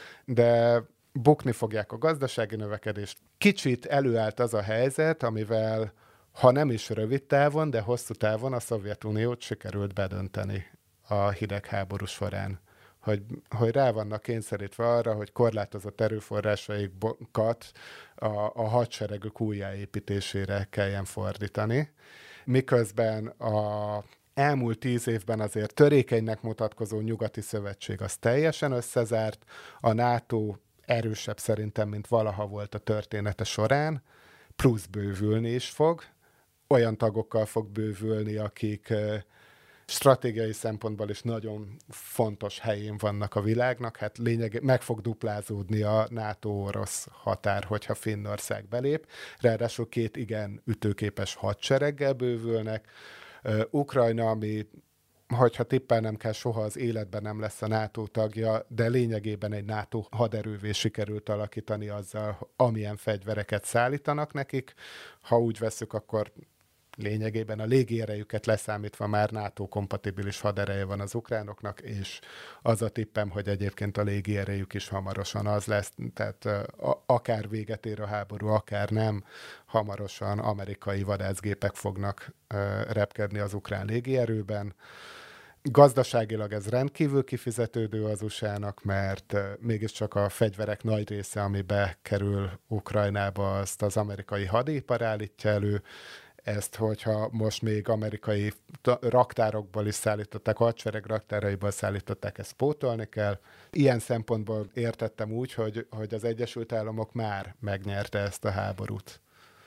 De bukni fogják a gazdasági növekedést. Kicsit előállt az a helyzet, amivel ha nem is rövid távon, de hosszú távon a Szovjetuniót sikerült bedönteni a hidegháború során. Hogy rá vannak kényszerítve arra, hogy korlátozott erőforrásaikat a hadseregük újjáépítésére kelljen fordítani. Miközben a elmúlt 10 évben azért törékenynek mutatkozó nyugati szövetség az teljesen összezárt, a NATO erősebb szerintem, mint valaha volt a története során, plusz bővülni is fog, olyan tagokkal fog bővülni, akik stratégiai szempontból is nagyon fontos helyén vannak a világnak, hát meg fog duplázódni a NATO-orosz határ, hogyha Finnország belép, ráadásul 2 igen ütőképes hadsereggel bővülnek, Ukrajna, ami, hogyha tippelnem kell, soha az életben nem lesz a NATO tagja, de lényegében egy NATO haderővé sikerült alakítani azzal, amilyen fegyvereket szállítanak nekik. Ha úgy vesszük, akkor lényegében a légierejüket leszámítva már NATO-kompatibilis hadereje van az ukránoknak, és az a tippem, hogy egyébként a légierejük is hamarosan az lesz, tehát akár véget ér a háború, akár nem, hamarosan amerikai vadászgépek fognak repkedni az ukrán légierőben. Gazdaságilag ez rendkívül kifizetődő az USA-nak, mert mégiscsak a fegyverek nagy része, ami bekerül Ukrajnába, azt az amerikai hadipar állítja elő. Ezt, hogyha most még amerikai raktárokból is szállították, hadsereg raktáraiból szállították, ezt pótolni kell. Ilyen szempontból értettem úgy, hogy az Egyesült Államok már megnyerte ezt a háborút.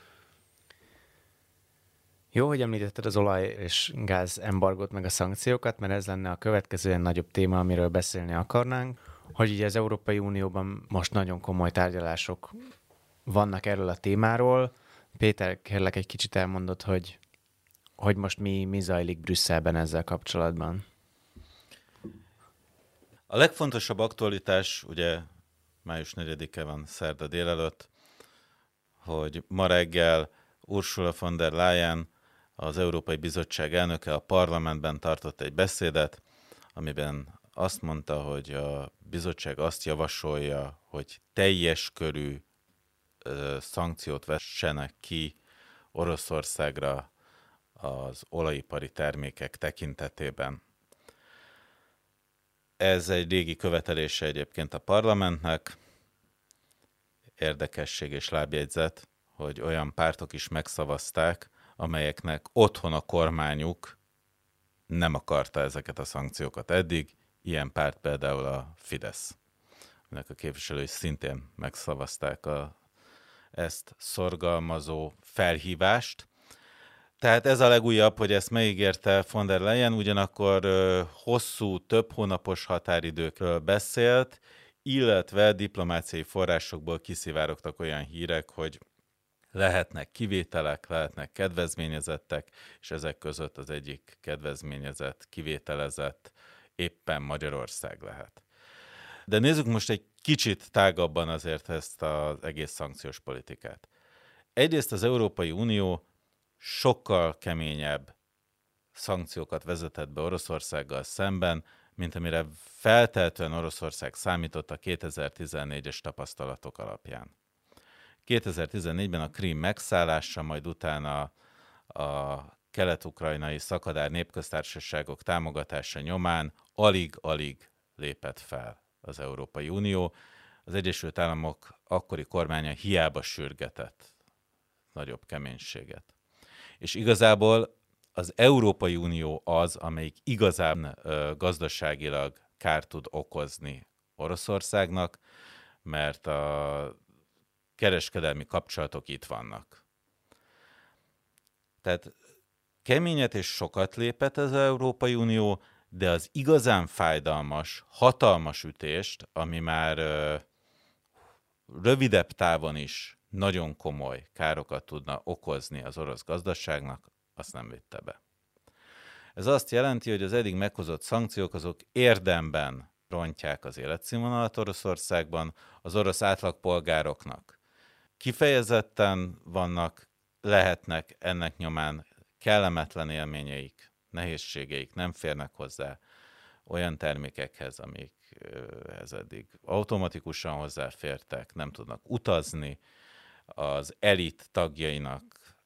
Jó, hogy említetted az olaj és gáz embargót, meg a szankciókat, mert ez lenne a következő nagyobb téma, amiről beszélni akarnánk, hogy ugye az Európai Unióban most nagyon komoly tárgyalások vannak erről a témáról. Péter, kérlek egy kicsit elmondod, hogy most mi zajlik Brüsszelben ezzel kapcsolatban? A legfontosabb aktualitás, ugye május 4-e van, szerda délelőtt, hogy ma reggel Ursula von der Leyen, az Európai Bizottság elnöke a parlamentben tartott egy beszédet, amiben azt mondta, hogy a bizottság azt javasolja, hogy teljes körű szankciót vessenek ki Oroszországra az olajipari termékek tekintetében. Ez egy régi követelése egyébként a parlamentnek. Érdekesség és lábjegyzet, hogy olyan pártok is megszavazták, amelyeknek otthon a kormányuk nem akarta ezeket a szankciókat eddig. Ilyen párt például a Fidesz, aminek a képviselői szintén megszavazták ezt szorgalmazó felhívást. Tehát ez a legújabb, hogy ezt megígérte von der Leyen, ugyanakkor hosszú, több hónapos határidőkről beszélt, illetve diplomáciai forrásokból kiszivárogtak olyan hírek, hogy lehetnek kivételek, lehetnek kedvezményezettek, és ezek között az egyik kedvezményezett, kivételezett éppen Magyarország lehet. De nézzük most egy kicsit tágabban azért ezt az egész szankciós politikát. Egyrészt az Európai Unió sokkal keményebb szankciókat vezetett be Oroszországgal szemben, mint amire feltehetően Oroszország számított a 2014-es tapasztalatok alapján. 2014-ben a Krím megszállása, majd utána a kelet-ukrajnai szakadár népköztársaságok támogatása nyomán alig-alig lépett fel az Európai Unió. Az Egyesült Államok akkori kormánya hiába sürgetett nagyobb keménységet. És igazából az Európai Unió az, amelyik igazán gazdaságilag kárt tud okozni Oroszországnak, mert a kereskedelmi kapcsolatok itt vannak. Tehát keményet és sokat lépett az Európai Unió, de az igazán fájdalmas, hatalmas ütést, ami már rövidebb távon is nagyon komoly károkat tudna okozni az orosz gazdaságnak, azt nem vitte be. Ez azt jelenti, hogy az eddig meghozott szankciók azok érdemben rontják az életszínvonalat Oroszországban, az orosz átlagpolgároknak. Kifejezetten lehetnek ennek nyomán kellemetlen élményeik, nehézségeik, nem férnek hozzá olyan termékekhez, amikhez eddig automatikusan hozzáfértek, nem tudnak utazni, az elit tagjainak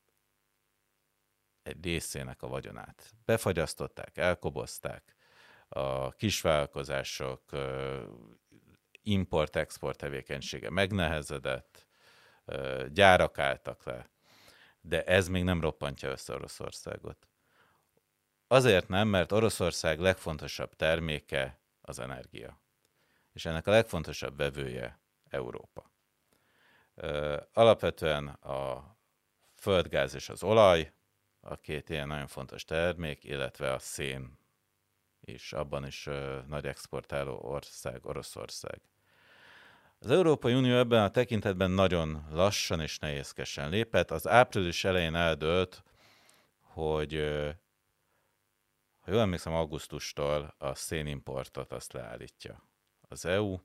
egy részének a vagyonát befagyasztották, elkobozták, a kisvállalkozások import-export tevékenysége megnehezedett, gyárak álltak le, de ez még nem roppantja össze Oroszországot. Azért nem, mert Oroszország legfontosabb terméke az energia, és ennek a legfontosabb vevője Európa. Alapvetően a földgáz és az olaj, a két ilyen nagyon fontos termék, illetve a szén is, abban is nagy exportáló ország Oroszország. Az Európai Unió ebben a tekintetben nagyon lassan és nehézkesen lépett. Az április elején eldőlt, hogy ha jól emlékszem, augusztustól a szénimportot azt leállítja az EU,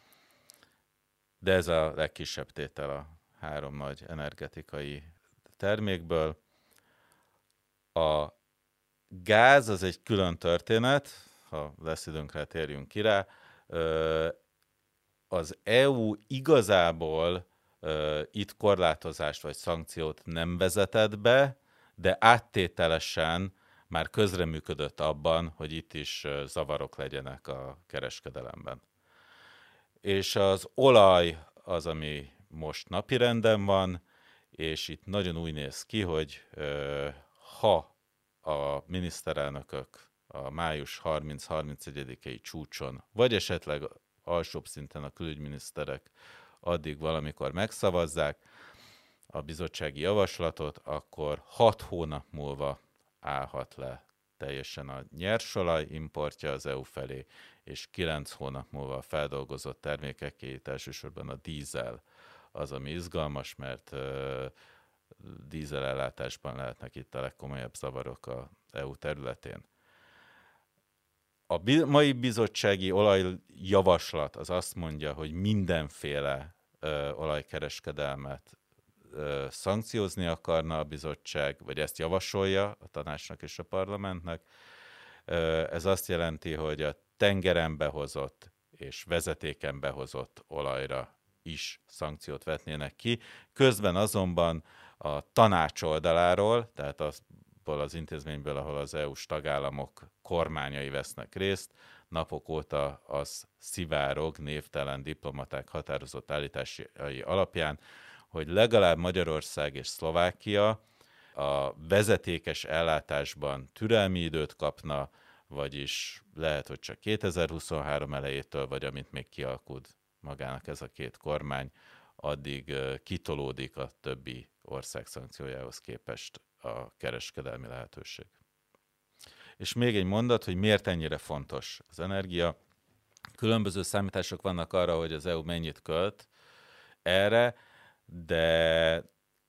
de ez a legkisebb tétel a három nagy energetikai termékből. A gáz az egy külön történet, ha lesz időnk rá, térjünk ki rá. Az EU igazából itt korlátozást vagy szankciót nem vezetett be, de áttételesen már közreműködött abban, hogy itt is zavarok legyenek a kereskedelemben. És az olaj az, ami most napirenden van, és itt nagyon úgy néz ki, hogy ha a miniszterelnökök a május 30-31-i csúcson, vagy esetleg alsóbb szinten a külügyminiszterek addig valamikor megszavazzák a bizottsági javaslatot, akkor 6 hónap múlva állhat le teljesen a nyersolaj importja az EU felé, és 9 hónap múlva a feldolgozott termékeké, itt elsősorban a dízel az, ami izgalmas, mert dízelellátásban lehetnek itt a legkomolyabb zavarok az EU területén. A mai bizottsági olajjavaslat az azt mondja, hogy mindenféle olajkereskedelmet szankciózni akarna a bizottság, vagy ezt javasolja a tanácsnak és a parlamentnek. Ez azt jelenti, hogy a tengeren behozott és vezetéken behozott olajra is szankciót vetnének ki. Közben azonban a tanács oldaláról, tehát abból az intézményből, ahol az EU-s tagállamok kormányai vesznek részt, napok óta az szivárog névtelen diplomaták határozott állításai alapján, hogy legalább Magyarország és Szlovákia a vezetékes ellátásban türelmi időt kapna, vagyis lehet, hogy csak 2023 elejétől, vagy amint még kialkud magának ez a két kormány, addig kitolódik a többi ország szankciójához képest a kereskedelmi lehetőség. És még egy mondat, hogy miért ennyire fontos az energia. Különböző számítások vannak arra, hogy az EU mennyit költ erre, de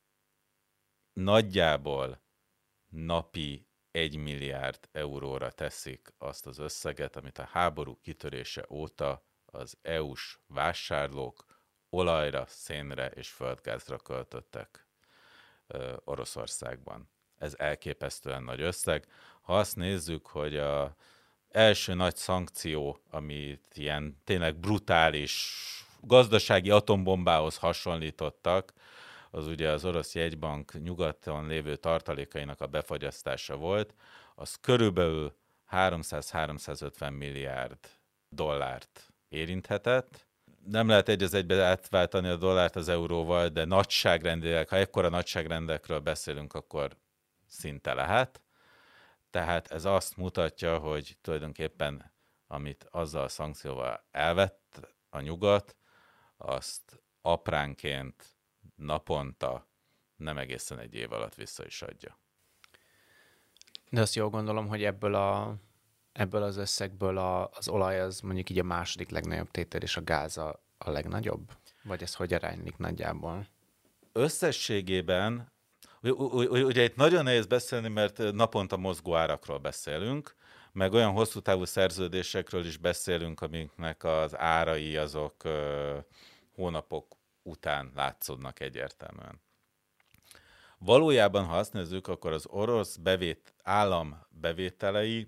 nagyjából napi 1 milliárd euróra teszik azt az összeget, amit a háború kitörése óta az EU-s vásárlók olajra, szénre és földgázra költöttek Oroszországban. Ez elképesztően nagy összeg. Ha azt nézzük, hogy az első nagy szankció, amit ilyen tényleg brutális gazdasági atombombához hasonlítottak, az ugye az orosz jegybank nyugaton lévő tartalékainak a befagyasztása volt, az körülbelül 300-350 milliárd dollárt érinthetett. Nem lehet egy az egybe átváltani a dollárt az euróval, de nagyságrendileg, ha ekkora nagyságrendekről beszélünk, akkor szinte lehet. Tehát ez azt mutatja, hogy tulajdonképpen amit azzal a szankcióval elvett a nyugat, azt apránként, naponta, nem egészen egy év alatt vissza is adja. De azt jól gondolom, hogy ebből az összegből az olaj az mondjuk így a második legnagyobb tétel, és a gáz a legnagyobb? Vagy ez hogy aránylik nagyjából? Összességében, ugye itt nagyon nehéz beszélni, mert naponta mozgó árakról beszélünk, meg olyan hosszú távú szerződésekről is beszélünk, amiknek az árai azok hónapok után látszódnak egyértelműen. Valójában, ha azt nézzük, akkor az orosz állam bevételei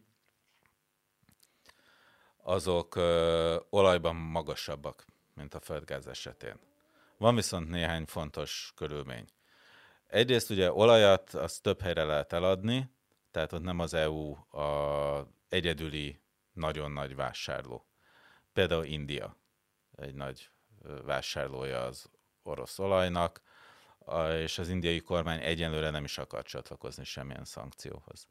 azok olajban magasabbak, mint a földgáz esetén. Van viszont néhány fontos körülmény. Egyrészt ugye olajat azt több helyre lehet eladni, tehát ott nem az EU a egyedüli nagyon nagy vásárló. Például India egy nagy vásárlója az orosz olajnak, és az indiai kormány egyenlőre nem is akar csatlakozni semmilyen szankcióhoz.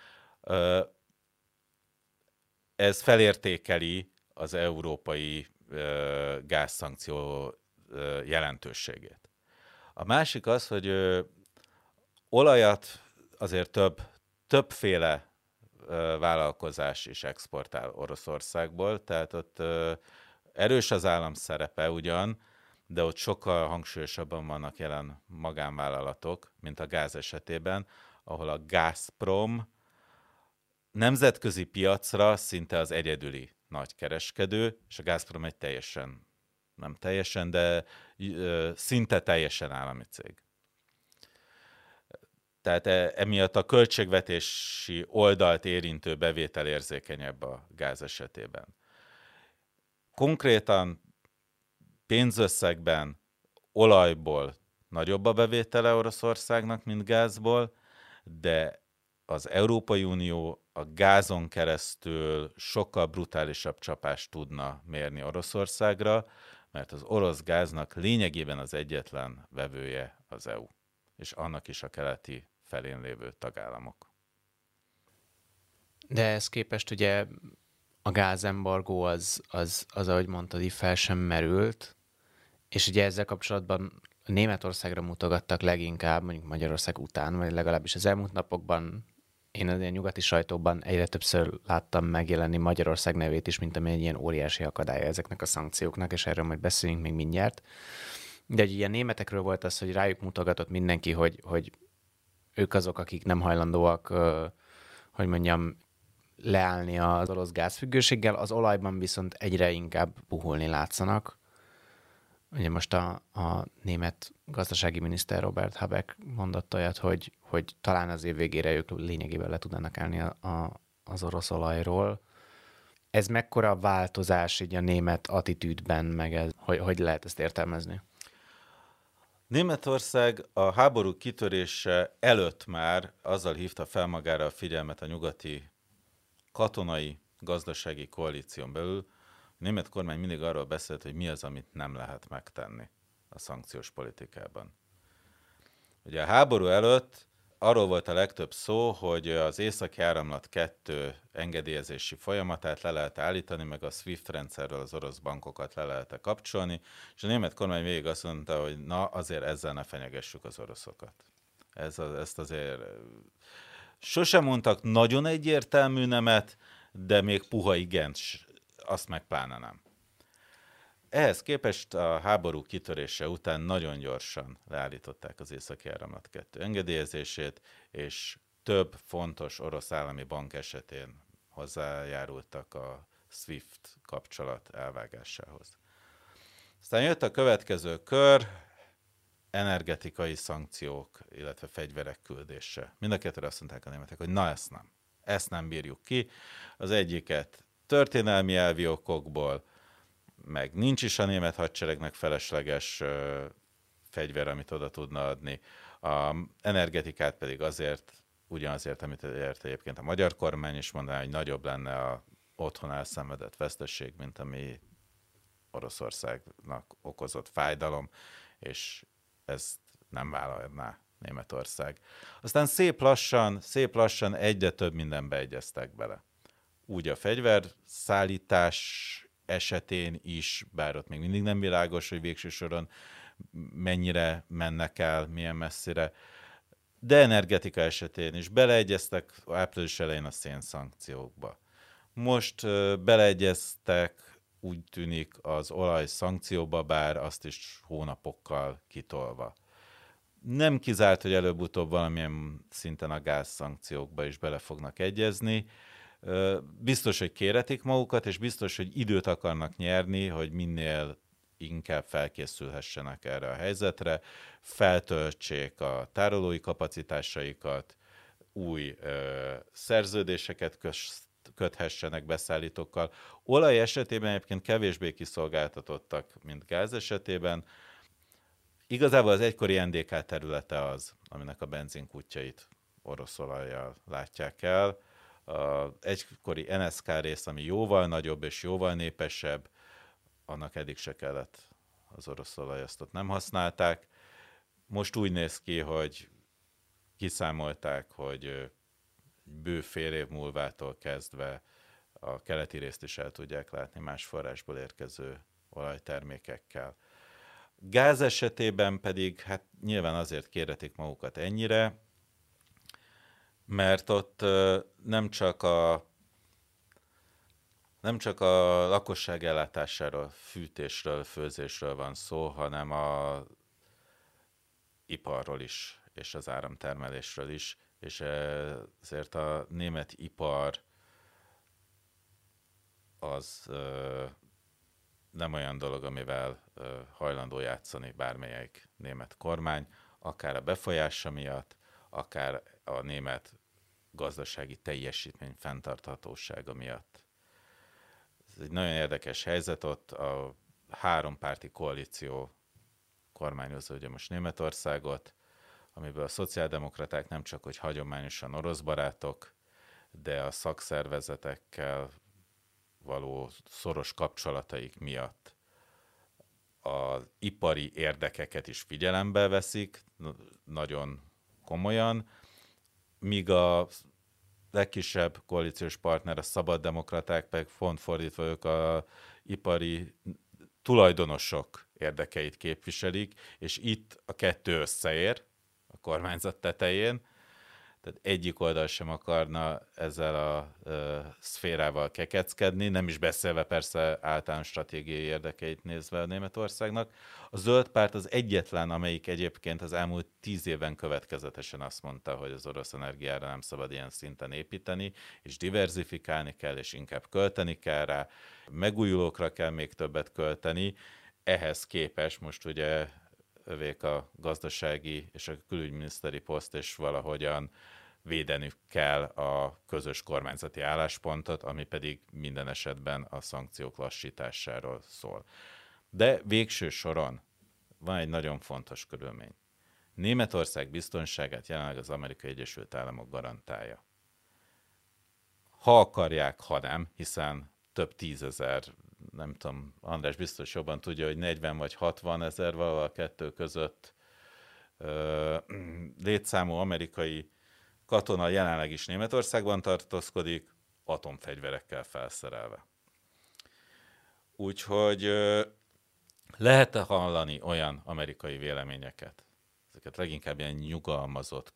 Ez felértékeli az európai gázszankció jelentőségét. A másik az, hogy olajat azért többféle vállalkozás is exportál Oroszországból, tehát ott erős az állam szerepe ugyan, de ott sokkal hangsúlyosabban vannak jelen magánvállalatok, mint a gáz esetében, ahol a Gazprom nemzetközi piacra szinte az egyedüli nagykereskedő, és a Gazprom egy nem teljesen, de szinte teljesen állami cég. Tehát emiatt a költségvetési oldalt érintő bevétel érzékenyebb a gáz esetében. Konkrétan pénzösszegben olajból nagyobb a bevétele Oroszországnak, mint gázból, de az Európai Unió a gázon keresztül sokkal brutálisabb csapást tudna mérni Oroszországra, mert az orosz gáznak lényegében az egyetlen vevője az EU, és annak is a keleti felén lévő tagállamok. De ehhez képest ugye a gázembargó az ahogy mondtad, így fel sem merült, és ugye ezzel kapcsolatban Németországra mutogattak leginkább, mondjuk Magyarország után, vagy legalábbis az elmúlt napokban én az ilyen nyugati sajtóban egyre többször láttam megjelenni Magyarország nevét is, mint ami egy ilyen óriási akadálya ezeknek a szankcióknak, és erről majd beszélünk még mindjárt. De hogy ilyen németekről volt az, hogy rájuk mutogatott mindenki, hogy ők azok, akik nem hajlandóak, hogy mondjam, leállni az orosz gázfüggőséggel, az olajban viszont egyre inkább puhulni látszanak. Ugye most a német gazdasági miniszter Robert Habeck mondott olyat, hogy talán az év végére ők lényegében le tudnának állni az orosz olajról. Ez mekkora változás így a német attitűdben, meg ez, hogy lehet ezt értelmezni? Németország a háború kitörése előtt már azzal hívta fel magára a figyelmet a nyugati katonai, gazdasági koalíción belül, a német kormány mindig arról beszélt, hogy mi az, amit nem lehet megtenni a szankciós politikában. Ugye a háború előtt arról volt a legtöbb szó, hogy az Északi Áramlat 2 engedélyezési folyamatát le lehet állítani, meg a SWIFT rendszerről az orosz bankokat le lehet kapcsolni, és a német kormány végig azt mondta, hogy na, azért ezzel ne fenyegessük az oroszokat. Ezt azért sosem mondtak nagyon egyértelmű nemet, de még puha igent, azt meg pláne nem. Ehhez képest a háború kitörése után nagyon gyorsan leállították az Északi Áramlat 2 engedélyezését, és több fontos orosz állami bank esetén hozzájárultak a SWIFT kapcsolat elvágásához. Aztán jött a következő kör, energetikai szankciók, illetve fegyverek küldése. Mind a kettőre azt mondták a németek, hogy na ezt nem bírjuk ki. Az egyiket történelmi elvi okokból, meg nincs is a német hadseregnek felesleges fegyver, amit oda tudna adni. A energetikát pedig ugyanazért, amit egyébként a magyar kormány is mondaná, hogy nagyobb lenne a otthon elszenvedett vesztesség, mint ami Oroszországnak okozott fájdalom, és ezt nem vállalná Németország. Aztán szép lassan egyre több mindenbe egyeztek bele. Úgy a fegyverszállítás esetén is, bár ott még mindig nem világos, hogy végső soron mennyire mennek el, milyen messzire, de energetika esetén is beleegyeztek április elején a szénszankciókba. Most beleegyeztek, úgy tűnik, az olaj szankcióba, bár azt is hónapokkal kitolva. Nem kizárt, hogy előbb-utóbb valamilyen szinten a gázszankciókba is bele fognak egyezni. Biztos, hogy kéretik magukat, és biztos, hogy időt akarnak nyerni, hogy minél inkább felkészülhessenek erre a helyzetre, feltöltsék a tárolói kapacitásaikat, új szerződéseket köthessenek beszállítókkal. Olaj esetében egyébként kevésbé kiszolgáltatottak, mint gáz esetében. Igazából az egykori NDK területe az, aminek a benzinkútjait orosz olajjal látják el. Az egykori NSK rész, ami jóval nagyobb és jóval népesebb, annak eddig se kellett az orosz olaj, azt ott nem használták. Most úgy néz ki, hogy kiszámolták, hogy bő fél év múlvától kezdve a keleti részt is el tudják látni más forrásból érkező olajtermékekkel. Gáz esetében pedig hát nyilván azért kéretik magukat ennyire, mert ott nem csak a lakosság ellátásáról, fűtésről, főzésről van szó, hanem a iparról is, és az áramtermelésről is, és ezért a német ipar az nem olyan dolog, amivel hajlandó játszani bármelyik német kormány, akár a befolyása miatt, akár a német gazdasági teljesítmény fenntarthatósága miatt. Ez egy nagyon érdekes helyzet, ott a hárompárti koalíció kormányozza ugye most Németországot, amiből a szociáldemokraták nem csak hogy hagyományosan orosz barátok, de a szakszervezetekkel való szoros kapcsolataik miatt az ipari érdekeket is figyelembe veszik, nagyon komolyan, míg a legkisebb koalíciós partner, a szabaddemokraták pedig pont fordítva ők az ipari tulajdonosok érdekeit képviselik, és itt a kettő összeér a kormányzat tetején, tehát egyik oldal sem akarna ezzel a szférával kekeckedni, nem is beszélve persze általános stratégiai érdekeit nézve a Németországnak. A zöld párt az egyetlen, amelyik egyébként az elmúlt 10 évben következetesen azt mondta, hogy az orosz energiára nem szabad ilyen szinten építeni, és diverzifikálni kell, és inkább költeni kell rá, megújulókra kell még többet költeni. Ehhez képest most ugye övék a gazdasági és a külügyminiszteri poszt, és valahogyan védenük kell a közös kormányzati álláspontot, ami pedig minden esetben a szankciók lassításáról szól. De végső soron van egy nagyon fontos körülmény. Németország biztonságát jelenleg az Amerikai Egyesült Államok garantálja. Ha akarják, ha nem, hiszen több 10 000, nem tudom, András biztos jobban tudja, hogy 40 vagy 60 000 valahol a kettő között létszámú amerikai katona jelenleg is Németországban tartózkodik, atomfegyverekkel felszerelve. Úgyhogy lehet-e hallani olyan amerikai véleményeket? Ezeket leginkább ilyen nyugalmazott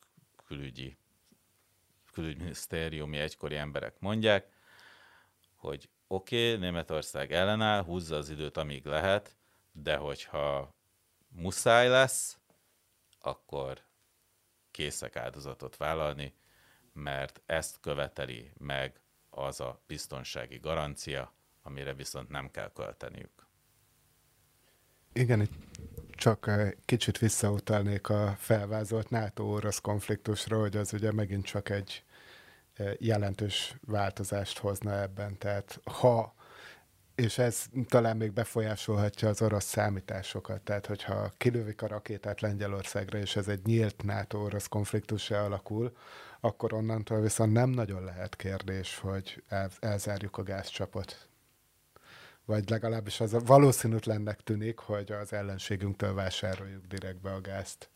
külügyminisztériumi egykori emberek mondják, hogy oké, Németország ellenáll, húzza az időt, amíg lehet, de hogyha muszáj lesz, akkor készek áldozatot vállalni, mert ezt követeli meg az a biztonsági garancia, amire viszont nem kell költeniük. Igen, itt Csak kicsit visszautalnék a felvázolt NATO-orosz konfliktusra, hogy az ugye megint csak egy jelentős változást hozna ebben. Tehát és ez talán még befolyásolhatja az orosz számításokat, tehát hogyha kilövik a rakétát Lengyelországra, és ez egy nyílt NATO-orosz konfliktussá alakul, akkor onnantól viszont nem nagyon lehet kérdés, hogy elzárjuk a gázcsapot. Vagy legalábbis az valószínűtlennek tűnik, hogy az ellenségünktől vásároljuk direktbe a gázt.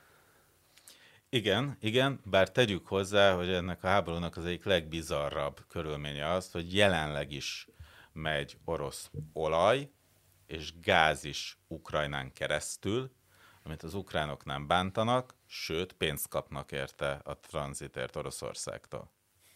Igen, bár tegyük hozzá, hogy ennek a háborúnak az egyik legbizarrabb körülménye az, hogy jelenleg is megy orosz olaj és gáz is Ukrajnán keresztül, amit az ukránok nem bántanak, sőt, pénzt kapnak érte a tranzitért Oroszországtól.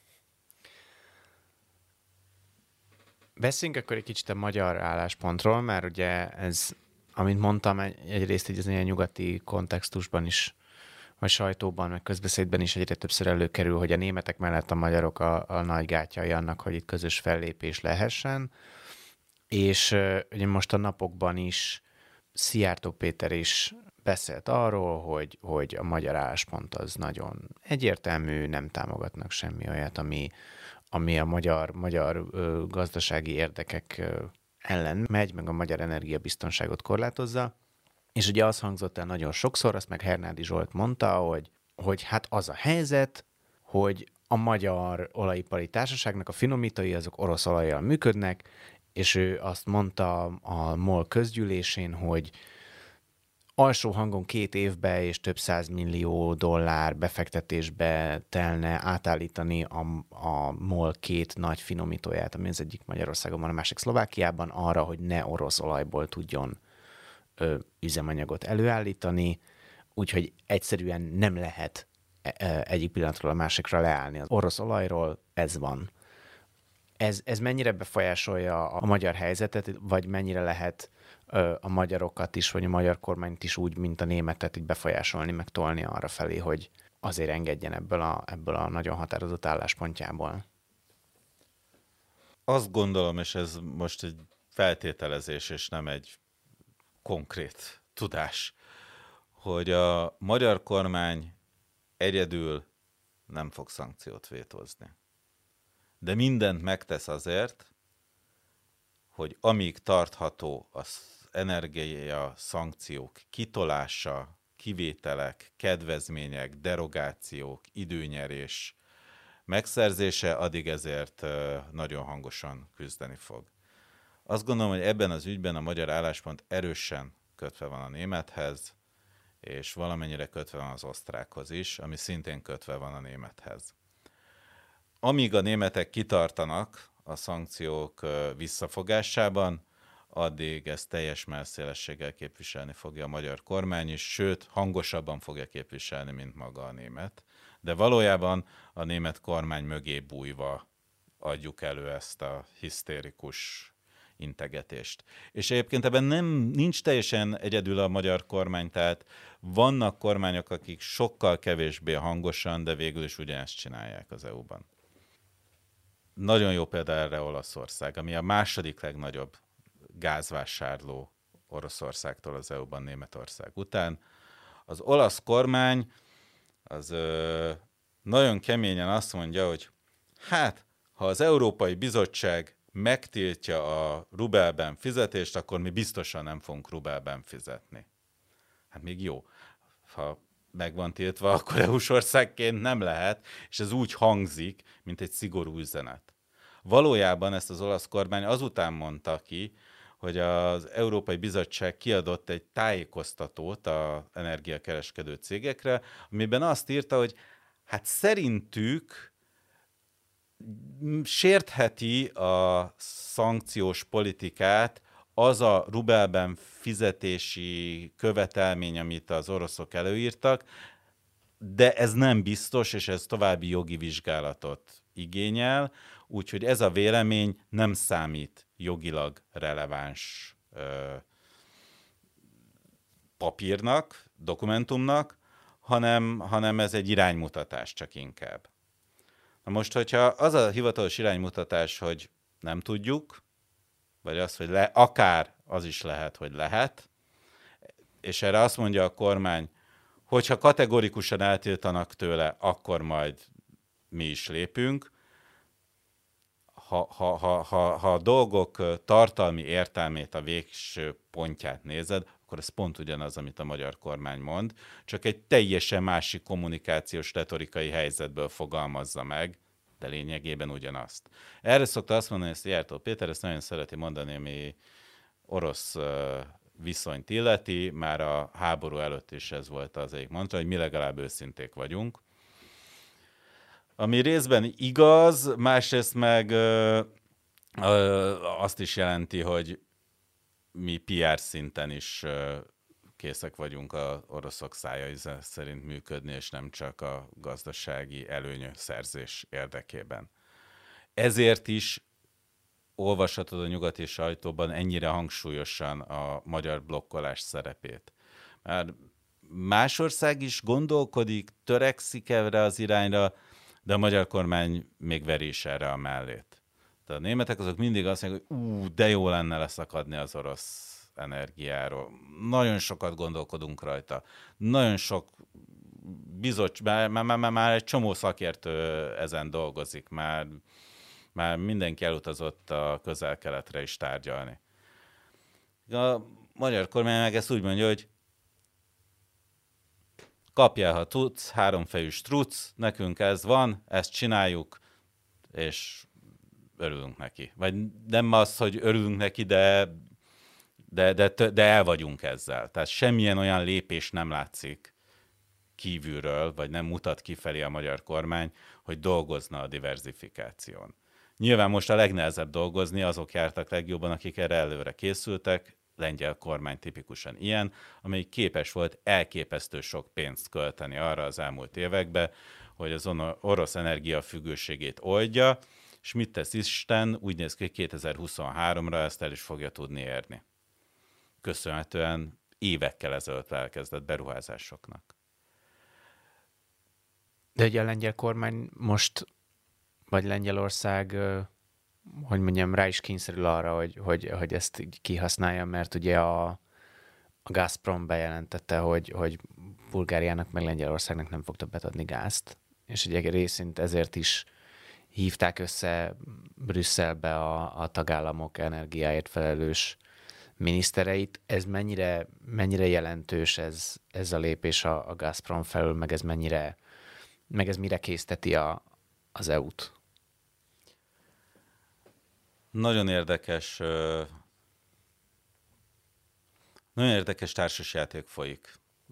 Beszéljünk akkor egy kicsit a magyar álláspontról, mert ugye ez, amint mondtam, egyrészt így az ilyen nyugati kontextusban is, vagy sajtóban, meg közbeszédben is egyre többször előkerül, hogy a németek mellett a magyarok a nagy gátjai annak, hogy itt közös fellépés lehessen. És ugye most a napokban is Szijjártó Péter is beszélt arról, hogy a magyar álláspont az nagyon egyértelmű, nem támogatnak semmi olyat, ami a magyar gazdasági érdekek ellen megy, meg a magyar energiabiztonságot korlátozza. És ugye az hangzott el nagyon sokszor, azt meg Hernádi Zsolt mondta, hogy hát az a helyzet, hogy a magyar olajipari társaságnak a finomítói azok orosz olajjal működnek, és ő azt mondta a MOL közgyűlésén, hogy alsó hangon 2 évbe és több 100 millió dollár befektetésbe telne átállítani a MOL 2 nagy finomítóját, ami az egyik Magyarországon van, a másik Szlovákiában, arra, hogy ne orosz olajból tudjon üzemanyagot előállítani, úgyhogy egyszerűen nem lehet egyik pillanatról a másikra leállni. Az orosz olajról ez van. Ez mennyire befolyásolja a magyar helyzetet, vagy mennyire lehet a magyarokat is, vagy a magyar kormányt is úgy, mint a németet így befolyásolni, meg tolni arra felé, hogy azért engedjen ebből a nagyon határozott álláspontjából? Azt gondolom, és ez most egy feltételezés, és nem egy konkrét tudás, hogy a magyar kormány egyedül nem fog szankciót vétózni. De mindent megtesz azért, hogy amíg tartható az energia szankciók kitolása, kivételek, kedvezmények, derogációk, időnyerés megszerzése, addig ezért nagyon hangosan küzdeni fog. Azt gondolom, hogy ebben az ügyben a magyar álláspont erősen kötve van a némethez, és valamennyire kötve van az osztrákhoz is, ami szintén kötve van a némethez. Amíg a németek kitartanak a szankciók visszafogásában, addig ezt teljes mellszélességgel képviselni fogja a magyar kormány is, sőt, hangosabban fogja képviselni, mint maga a német. De valójában a német kormány mögé bújva adjuk elő ezt a hisztérikus integetést. És egyébként ebben nincs teljesen egyedül a magyar kormány, tehát vannak kormányok, akik sokkal kevésbé hangosan, de végül is ugyanezt csinálják az EU-ban. Nagyon jó példa erre Olaszország, ami a második legnagyobb gázvásárló Oroszországtól az EU-ban Németország után. Az olasz kormány az nagyon keményen azt mondja, hogy hát, ha az Európai Bizottság megtiltja a rubelben fizetést, akkor mi biztosan nem fogunk rubelben fizetni. Hát még jó. Ha meg van tiltva, akkor EU-s országként nem lehet, és ez úgy hangzik, mint egy szigorú üzenet. Valójában ezt az olasz kormány azután mondta ki, hogy az Európai Bizottság kiadott egy tájékoztatót az energiakereskedő cégekre, amiben azt írta, hogy hát szerintük sértheti a szankciós politikát az a rubelben fizetési követelmény, amit az oroszok előírtak, de ez nem biztos, és ez további jogi vizsgálatot igényel, úgyhogy ez a vélemény nem számít jogilag releváns papírnak, dokumentumnak, hanem ez egy iránymutatás csak inkább. Na most, hogyha az a hivatalos iránymutatás, hogy nem tudjuk, vagy az, hogy akár az is lehet, hogy lehet, és erre azt mondja a kormány, hogyha kategorikusan eltiltanak tőle, akkor majd mi is lépünk. Ha a dolgok tartalmi értelmét, a végső pontját nézed, akkor ez pont ugyanaz, amit a magyar kormány mond, csak egy teljesen másik kommunikációs retorikai helyzetből fogalmazza meg, de lényegében ugyanazt. Erre szokta azt mondani, hogy Szijjártó Péter, ezt nagyon szereti mondani, ami orosz viszonyt illeti, már a háború előtt is ez volt az egyik mantra, hogy mi legalább őszinték vagyunk. Ami részben igaz, másrészt meg azt is jelenti, hogy mi PR szinten is készek vagyunk az oroszok szája szerint működni, és nem csak a gazdasági előnyszerzés érdekében. Ezért is olvashatod a nyugati sajtóban ennyire hangsúlyosan a magyar blokkolás szerepét. Már más ország is gondolkodik, törekszik erre az irányra, de a magyar kormány még veri is erre a mellét. De a németek azok mindig azt mondják, hogy de jó lenne leszakadni az orosz energiáról. Nagyon sokat gondolkodunk rajta. Nagyon sok már egy csomó szakértő ezen dolgozik. Már mindenki elutazott a Közel-Keletre is tárgyalni. A magyar kormány meg ezt úgy mondja, hogy kapjál, ha tudsz, háromfejű struc, nekünk ez van, ezt csináljuk, és örülünk neki. Vagy nem az, hogy örülünk neki, de el vagyunk ezzel. Tehát semmilyen olyan lépés nem látszik kívülről, vagy nem mutat kifelé a magyar kormány, hogy dolgozna a diverzifikáción. Nyilván most a legnehezebb dolgozni, azok jártak legjobban, akik erre előre készültek, lengyel kormány tipikusan ilyen, amelyik képes volt elképesztő sok pénzt költeni arra az elmúlt években, hogy az orosz energiafüggőségét oldja, és mit tesz Isten, úgy néz ki, hogy 2023-ra ezt el is fogja tudni érni. Köszönhetően évekkel ezelőtt elkezdett beruházásoknak. De ugye a lengyel kormány most, vagy Lengyelország, hogy mondjam, rá is kényszerül arra, hogy ezt így kihasználja, mert ugye a Gazprom bejelentette, hogy Bulgáriának meg Lengyelországnak nem fog többet adni gázt, és ugye részint ezért is hívták össze Brüsszelbe a tagállamok energiáért felelős minisztereit. Ez mennyire jelentős ez a lépés a Gazprom felől, meg ez mire készteti az EU-t? Nagyon érdekes társasjáték folyik,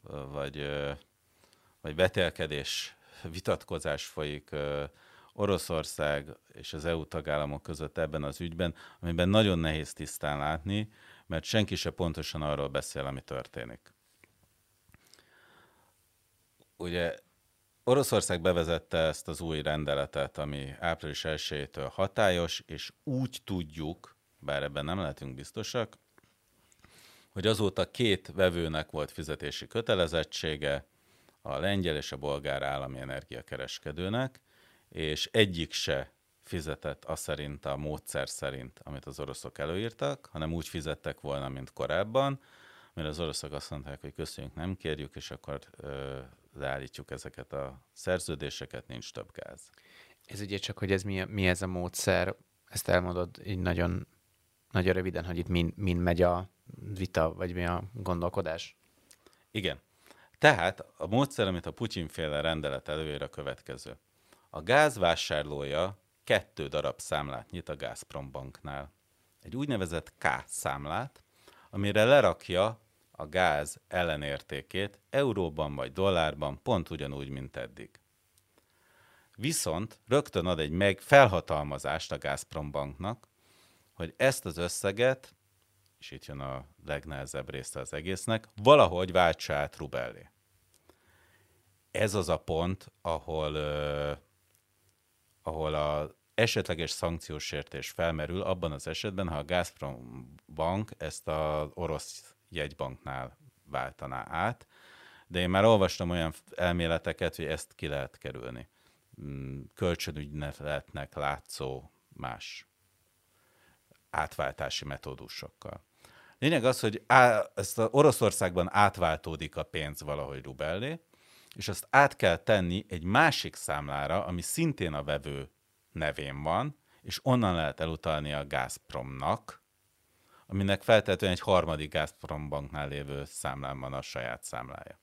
vagy vetélkedés, vitatkozás folyik Oroszország és az EU tagállamok között ebben az ügyben, amiben nagyon nehéz tisztán látni, mert senki se pontosan arról beszél, ami történik. Ugye Oroszország bevezette ezt az új rendeletet, ami április 1-től hatályos, és úgy tudjuk, bár ebben nem lehetünk biztosak, hogy azóta 2 vevőnek volt fizetési kötelezettsége, a lengyel és a bolgár állami energiakereskedőnek, és egyik se fizetett szerint, a módszer szerint, amit az oroszok előírtak, hanem úgy fizettek volna, mint korábban, mert az oroszok azt mondták, hogy köszönjük, nem kérjük, és akkor leállítjuk ezeket a szerződéseket, nincs több gáz. Ez ugye csak, hogy ez mi ez a módszer, ezt elmondod így nagyon, nagyon röviden, hogy itt mind megy a vita, vagy mi a gondolkodás? Igen. Tehát a módszer, amit a Putyin-féle rendelet előír, a következő. A gázvásárlója 2 darab számlát nyit a Gazprom banknál. Egy úgynevezett K számlát, amire lerakja a gáz ellenértékét euróban vagy dollárban, pont ugyanúgy, mint eddig. Viszont rögtön ad egy felhatalmazást a Gazprom banknak, hogy ezt az összeget, és itt jön a legnehezebb része az egésznek, valahogy váltsa át rubellé. Ez az a pont, ahol az esetleges szankciósértés felmerül, abban az esetben, ha a Gazprom bank ezt az orosz jegybanknál váltaná át, de én már olvastam olyan elméleteket, hogy ezt ki lehet kerülni. Kölcsönügyletnek látszó más átváltási metódusokkal. Lényeg az, hogy ezt Oroszországban átváltódik a pénz valahogy rubellé, és azt át kell tenni egy másik számlára, ami szintén a vevő nevén van, és onnan lehet elutalni a Gazpromnak, aminek feltétlenül egy harmadik Gazprom banknál lévő számlán van a saját számlája.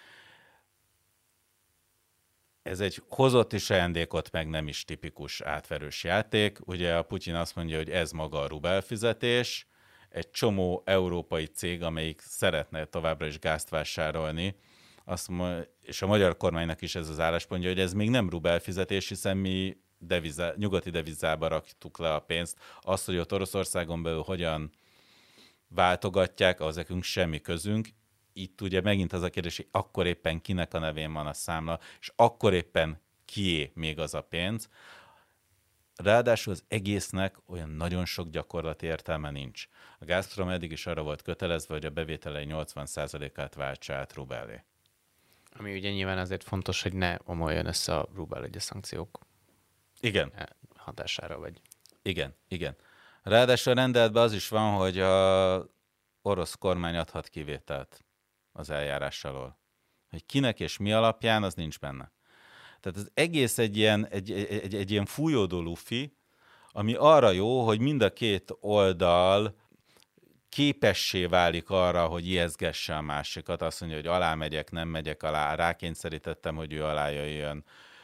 Ez egy hozott is ajándékot, meg nem is tipikus átverős játék. Ugye a Putyin azt mondja, hogy ez maga a rubelfizetés, egy csomó európai cég, amelyik szeretne továbbra is gázt vásárolni, és a magyar kormánynak is ez az álláspontja, hogy ez még nem rubelfizetés, hiszen mi nyugati devizába raktuk le a pénzt. Azt, hogy ott Oroszországon belül hogyan váltogatják, az nekünk semmi közünk. Itt ugye megint az a kérdés, hogy akkor éppen kinek a nevén van a számla, és akkor éppen kié még az a pénz. Ráadásul az egésznek olyan nagyon sok gyakorlati értelme nincs. A Gazprom eddig is arra volt kötelezve, hogy a bevételei 80%-át váltsa át rubellé. Ami ugye nyilván azért fontos, hogy ne omoljon össze a rubel egy a szankciók Igen. hatására, vagy... Igen. Ráadásul a rendeletben az is van, hogy a orosz kormány adhat kivételt az eljárás alól. Hogy kinek és mi alapján, az nincs benne. Tehát az egész egy ilyen fújódó lufi, ami arra jó, hogy mind a két oldal képessé válik arra, hogy ijesztgesse a másikat. Azt mondja, hogy alá megyek, nem megyek alá, rákényszerítettem, hogy ő alá jöjjön.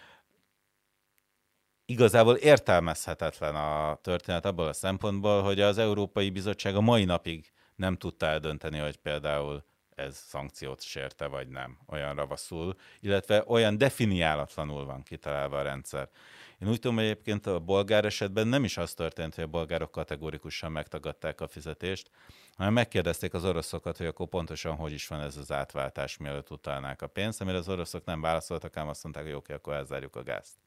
Igazából értelmezhetetlen a történet abból a szempontból, hogy az Európai Bizottság a mai napig nem tudta eldönteni, hogy például ez szankciót sérte, vagy nem, olyan ravaszul, illetve olyan definiálatlanul van kitalálva a rendszer. Én úgy tudom, hogy egyébként a bolgár esetben nem is az történt, hogy a bolgárok kategorikusan megtagadták a fizetést, hanem megkérdezték az oroszokat, hogy akkor pontosan hogy is van ez az átváltás, mielőtt utalnák a pénzt, amire az oroszok nem válaszoltak, ám azt mondták, hogy oké, akkor elzárjuk a gázt.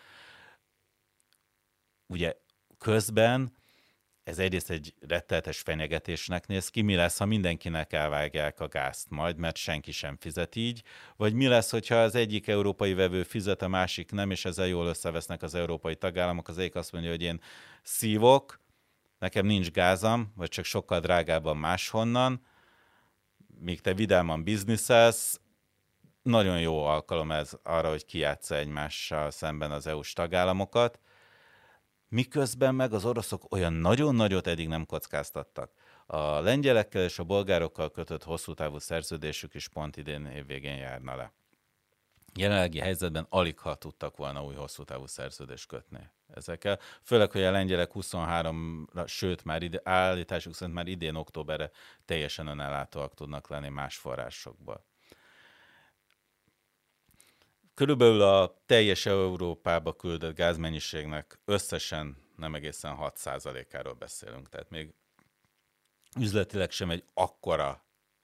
Ugye közben ez egyrészt egy rettenetes fenyegetésnek néz ki, mi lesz, ha mindenkinek elvágják a gázt majd, mert senki sem fizet így, vagy mi lesz, hogyha az egyik európai vevő fizet, a másik nem, és ezzel jól összevesznek az európai tagállamok, az egyik azt mondja, hogy én szívok, nekem nincs gázam, vagy csak sokkal drágábban máshonnan, míg te vidáman bizniszelsz, nagyon jó alkalom ez arra, hogy kijátsza egymással szemben az EU-s tagállamokat, miközben meg az oroszok olyan nagyon nagyot eddig nem kockáztattak. A lengyelekkel és a bolgárokkal kötött hosszú távú szerződésük is pont idén évvégén járna le. Jelenlegi helyzetben aligha tudtak volna új hosszú távú szerződést kötni ezekkel. Főleg, hogy a lengyelek 23-ra, sőt már állításuk szerint már idén októberre teljesen önellátóak tudnak lenni más forrásokból. Körülbelül a teljes Európába küldött gázmennyiségnek összesen nem egészen 6%-áról beszélünk. Tehát még üzletileg sem egy akkora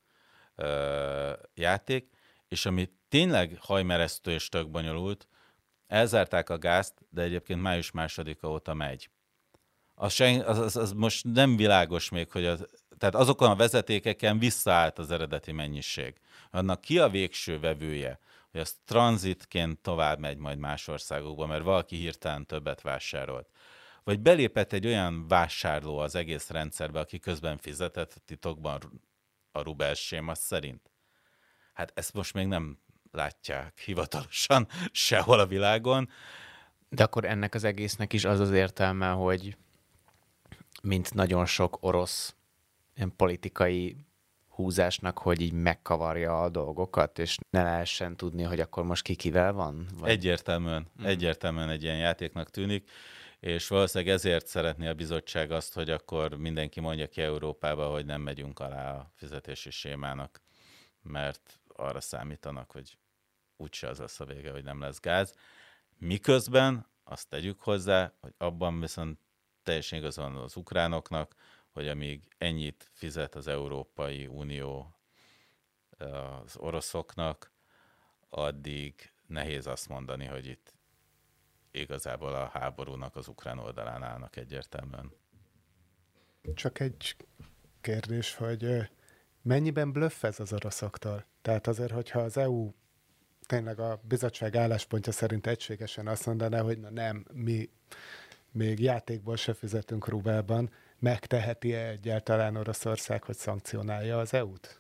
játék, és ami tényleg hajmeresztő és tök bonyolult, elzárták a gázt, de egyébként május 2-a óta megy. Az most nem világos még, hogy tehát azokon a vezetékeken visszaállt az eredeti mennyiség. Annak ki a végső vevője, hogy az tranzitként tovább megy majd más országokba, mert valaki hirtelen többet vásárolt. Vagy belépett egy olyan vásárló az egész rendszerbe, aki közben fizetett titokban a rubel séma szerint. Hát ezt most még nem látják hivatalosan sehol a világon. De akkor ennek az egésznek is az az értelme, hogy mint nagyon sok orosz ilyen politikai húzásnak, hogy így megkavarja a dolgokat, és ne lehessen tudni, hogy akkor most ki kivel van? Vagy... Egyértelműen egy ilyen játéknak tűnik, és valószínűleg ezért szeretné a bizottság azt, hogy akkor mindenki mondja ki Európába, hogy nem megyünk alá a fizetési sémának, mert arra számítanak, hogy úgyse az lesz a vége, hogy nem lesz gáz. Miközben azt tegyük hozzá, hogy abban viszont teljesen igazán az ukránoknak, hogy amíg ennyit fizet az Európai Unió az oroszoknak, addig nehéz azt mondani, hogy itt igazából a háborúnak az ukrán oldalán állnak egyértelműen. Csak egy kérdés, hogy mennyiben blöff ez az oroszoktól? Tehát azért, hogyha az EU tényleg a bizottság álláspontja szerint egységesen azt mondaná, hogy na nem, mi még játékból se fizetünk rubelban, megteheti-e egyáltalán Oroszország, hogy szankcionálja az EU-t?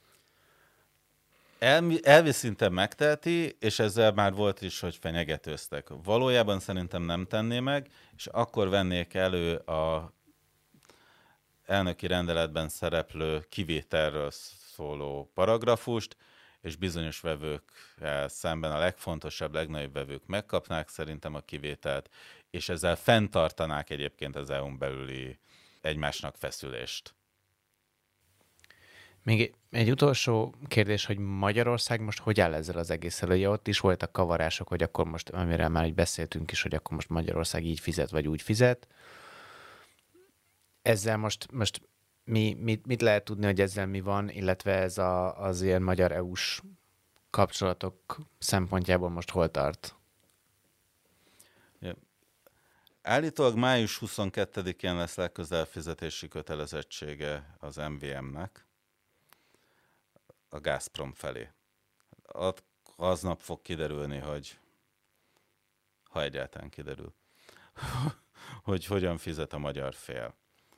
Elvi szinten megteheti, és ezzel már volt is, hogy fenyegetőztek. Valójában szerintem nem tenné meg, és akkor vennék elő a elnöki rendeletben szereplő kivételről szóló paragrafust, és bizonyos vevőkkel szemben a legfontosabb, legnagyobb vevők megkapnák szerintem a kivételt, és ezzel fenntartanák egyébként az EU-n belüli egymásnak feszülést. Még egy utolsó kérdés, hogy Magyarország most hogy áll ezzel az egésszel? Ugye ott is voltak kavarások, hogy akkor most, amire már így beszéltünk is, hogy akkor most Magyarország így fizet, vagy úgy fizet. Ezzel most mit lehet tudni, hogy ezzel mi van, illetve ez az ilyen magyar EU-s kapcsolatok szempontjából most hol tart? Ja. Állítólag május 22-én lesz legközelebb fizetési kötelezettsége az MVM-nek a Gazprom felé. Aznap fog kiderülni, hogy ha egyáltalán kiderül, hogy hogyan fizet a magyar fél.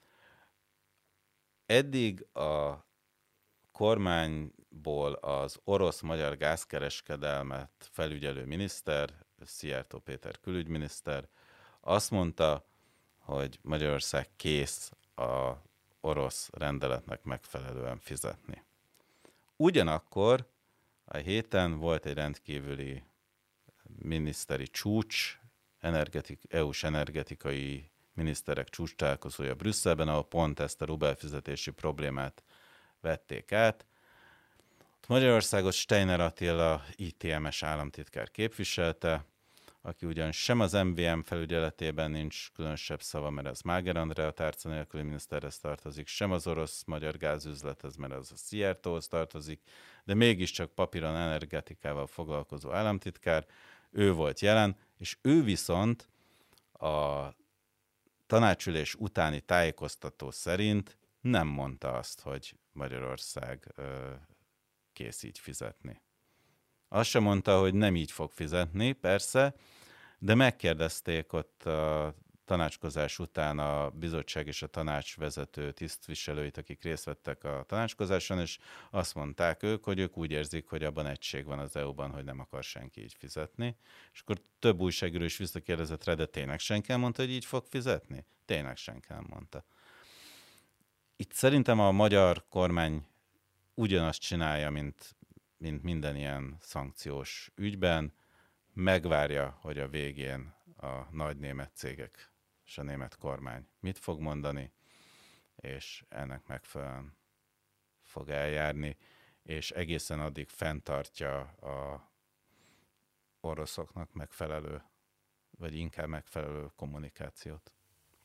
Eddig a kormányból az orosz-magyar gázkereskedelmet felügyelő miniszter, Szijjártó Péter külügyminiszter azt mondta, hogy Magyarország kész a orosz rendeletnek megfelelően fizetni. Ugyanakkor a héten volt egy rendkívüli miniszteri csúcs, EU-s energetikai miniszterek csúcstalálkozója Brüsszelben, ahol pont ezt a rubelfizetési problémát vették át. Magyarországot Steiner Attila ITM-es államtitkár képviselte, aki ugyan sem az MVM felügyeletében nincs különösebb szava, mert az Máger Andrea tárca nélküli miniszterhez tartozik, sem az orosz-magyar gázüzlethez, mert az a Szijjártóhoz tartozik, de mégiscsak papíron energetikával foglalkozó államtitkár, ő volt jelen, és ő viszont a tanácsülés utáni tájékoztató szerint nem mondta azt, hogy Magyarország kész így fizetni. Azt sem mondta, hogy nem így fog fizetni, persze, de megkérdezték ott a tanácskozás után a bizottság és a tanács vezető tisztviselőit, akik részt vettek a tanácskozáson, és azt mondták hogy ők úgy érzik, hogy abban egység van az EU-ban, hogy nem akar senki így fizetni. És akkor több újságíró is visszakérdezett rá, de tényleg senki nem mondta, hogy így fog fizetni? Tényleg senki nem mondta. Itt szerintem a magyar kormány ugyanazt csinálja, mint minden ilyen szankciós ügyben, megvárja, hogy a végén a nagy német cégek és a német kormány mit fog mondani, és ennek megfelelően fog eljárni, és egészen addig fenntartja a oroszoknak megfelelő, vagy inkább megfelelő kommunikációt.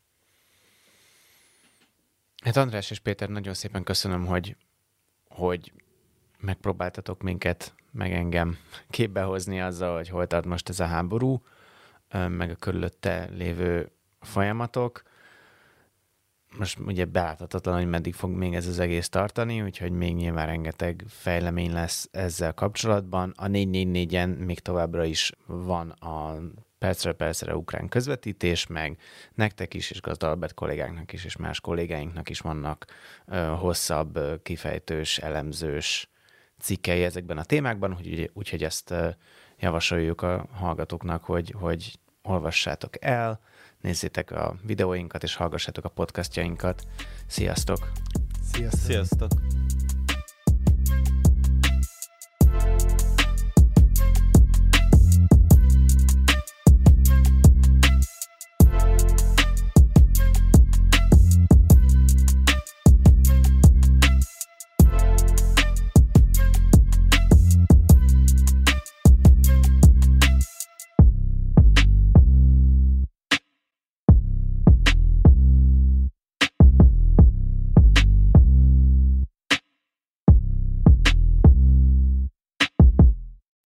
Hát András és Péter, nagyon szépen köszönöm, hogy megpróbáltatok minket, meg engem képbe hozni azzal, hogy hol tart most ez a háború, meg a körülötte lévő folyamatok. Most ugye beláthatatlan, hogy meddig fog még ez az egész tartani, úgyhogy még nyilván rengeteg fejlemény lesz ezzel kapcsolatban. A 444-en még továbbra is van a percről percre ukrán közvetítés, meg nektek is, és Gazda Albert kollégánknak is, és más kollégáinknak is vannak hosszabb, kifejtős, elemzős cikkei ezekben a témákban, úgyhogy ezt javasoljuk a hallgatóknak, hogy olvassátok el, nézzétek a videóinkat, és hallgassátok a podcastjainkat. Sziasztok! Sziasztok! Sziasztok.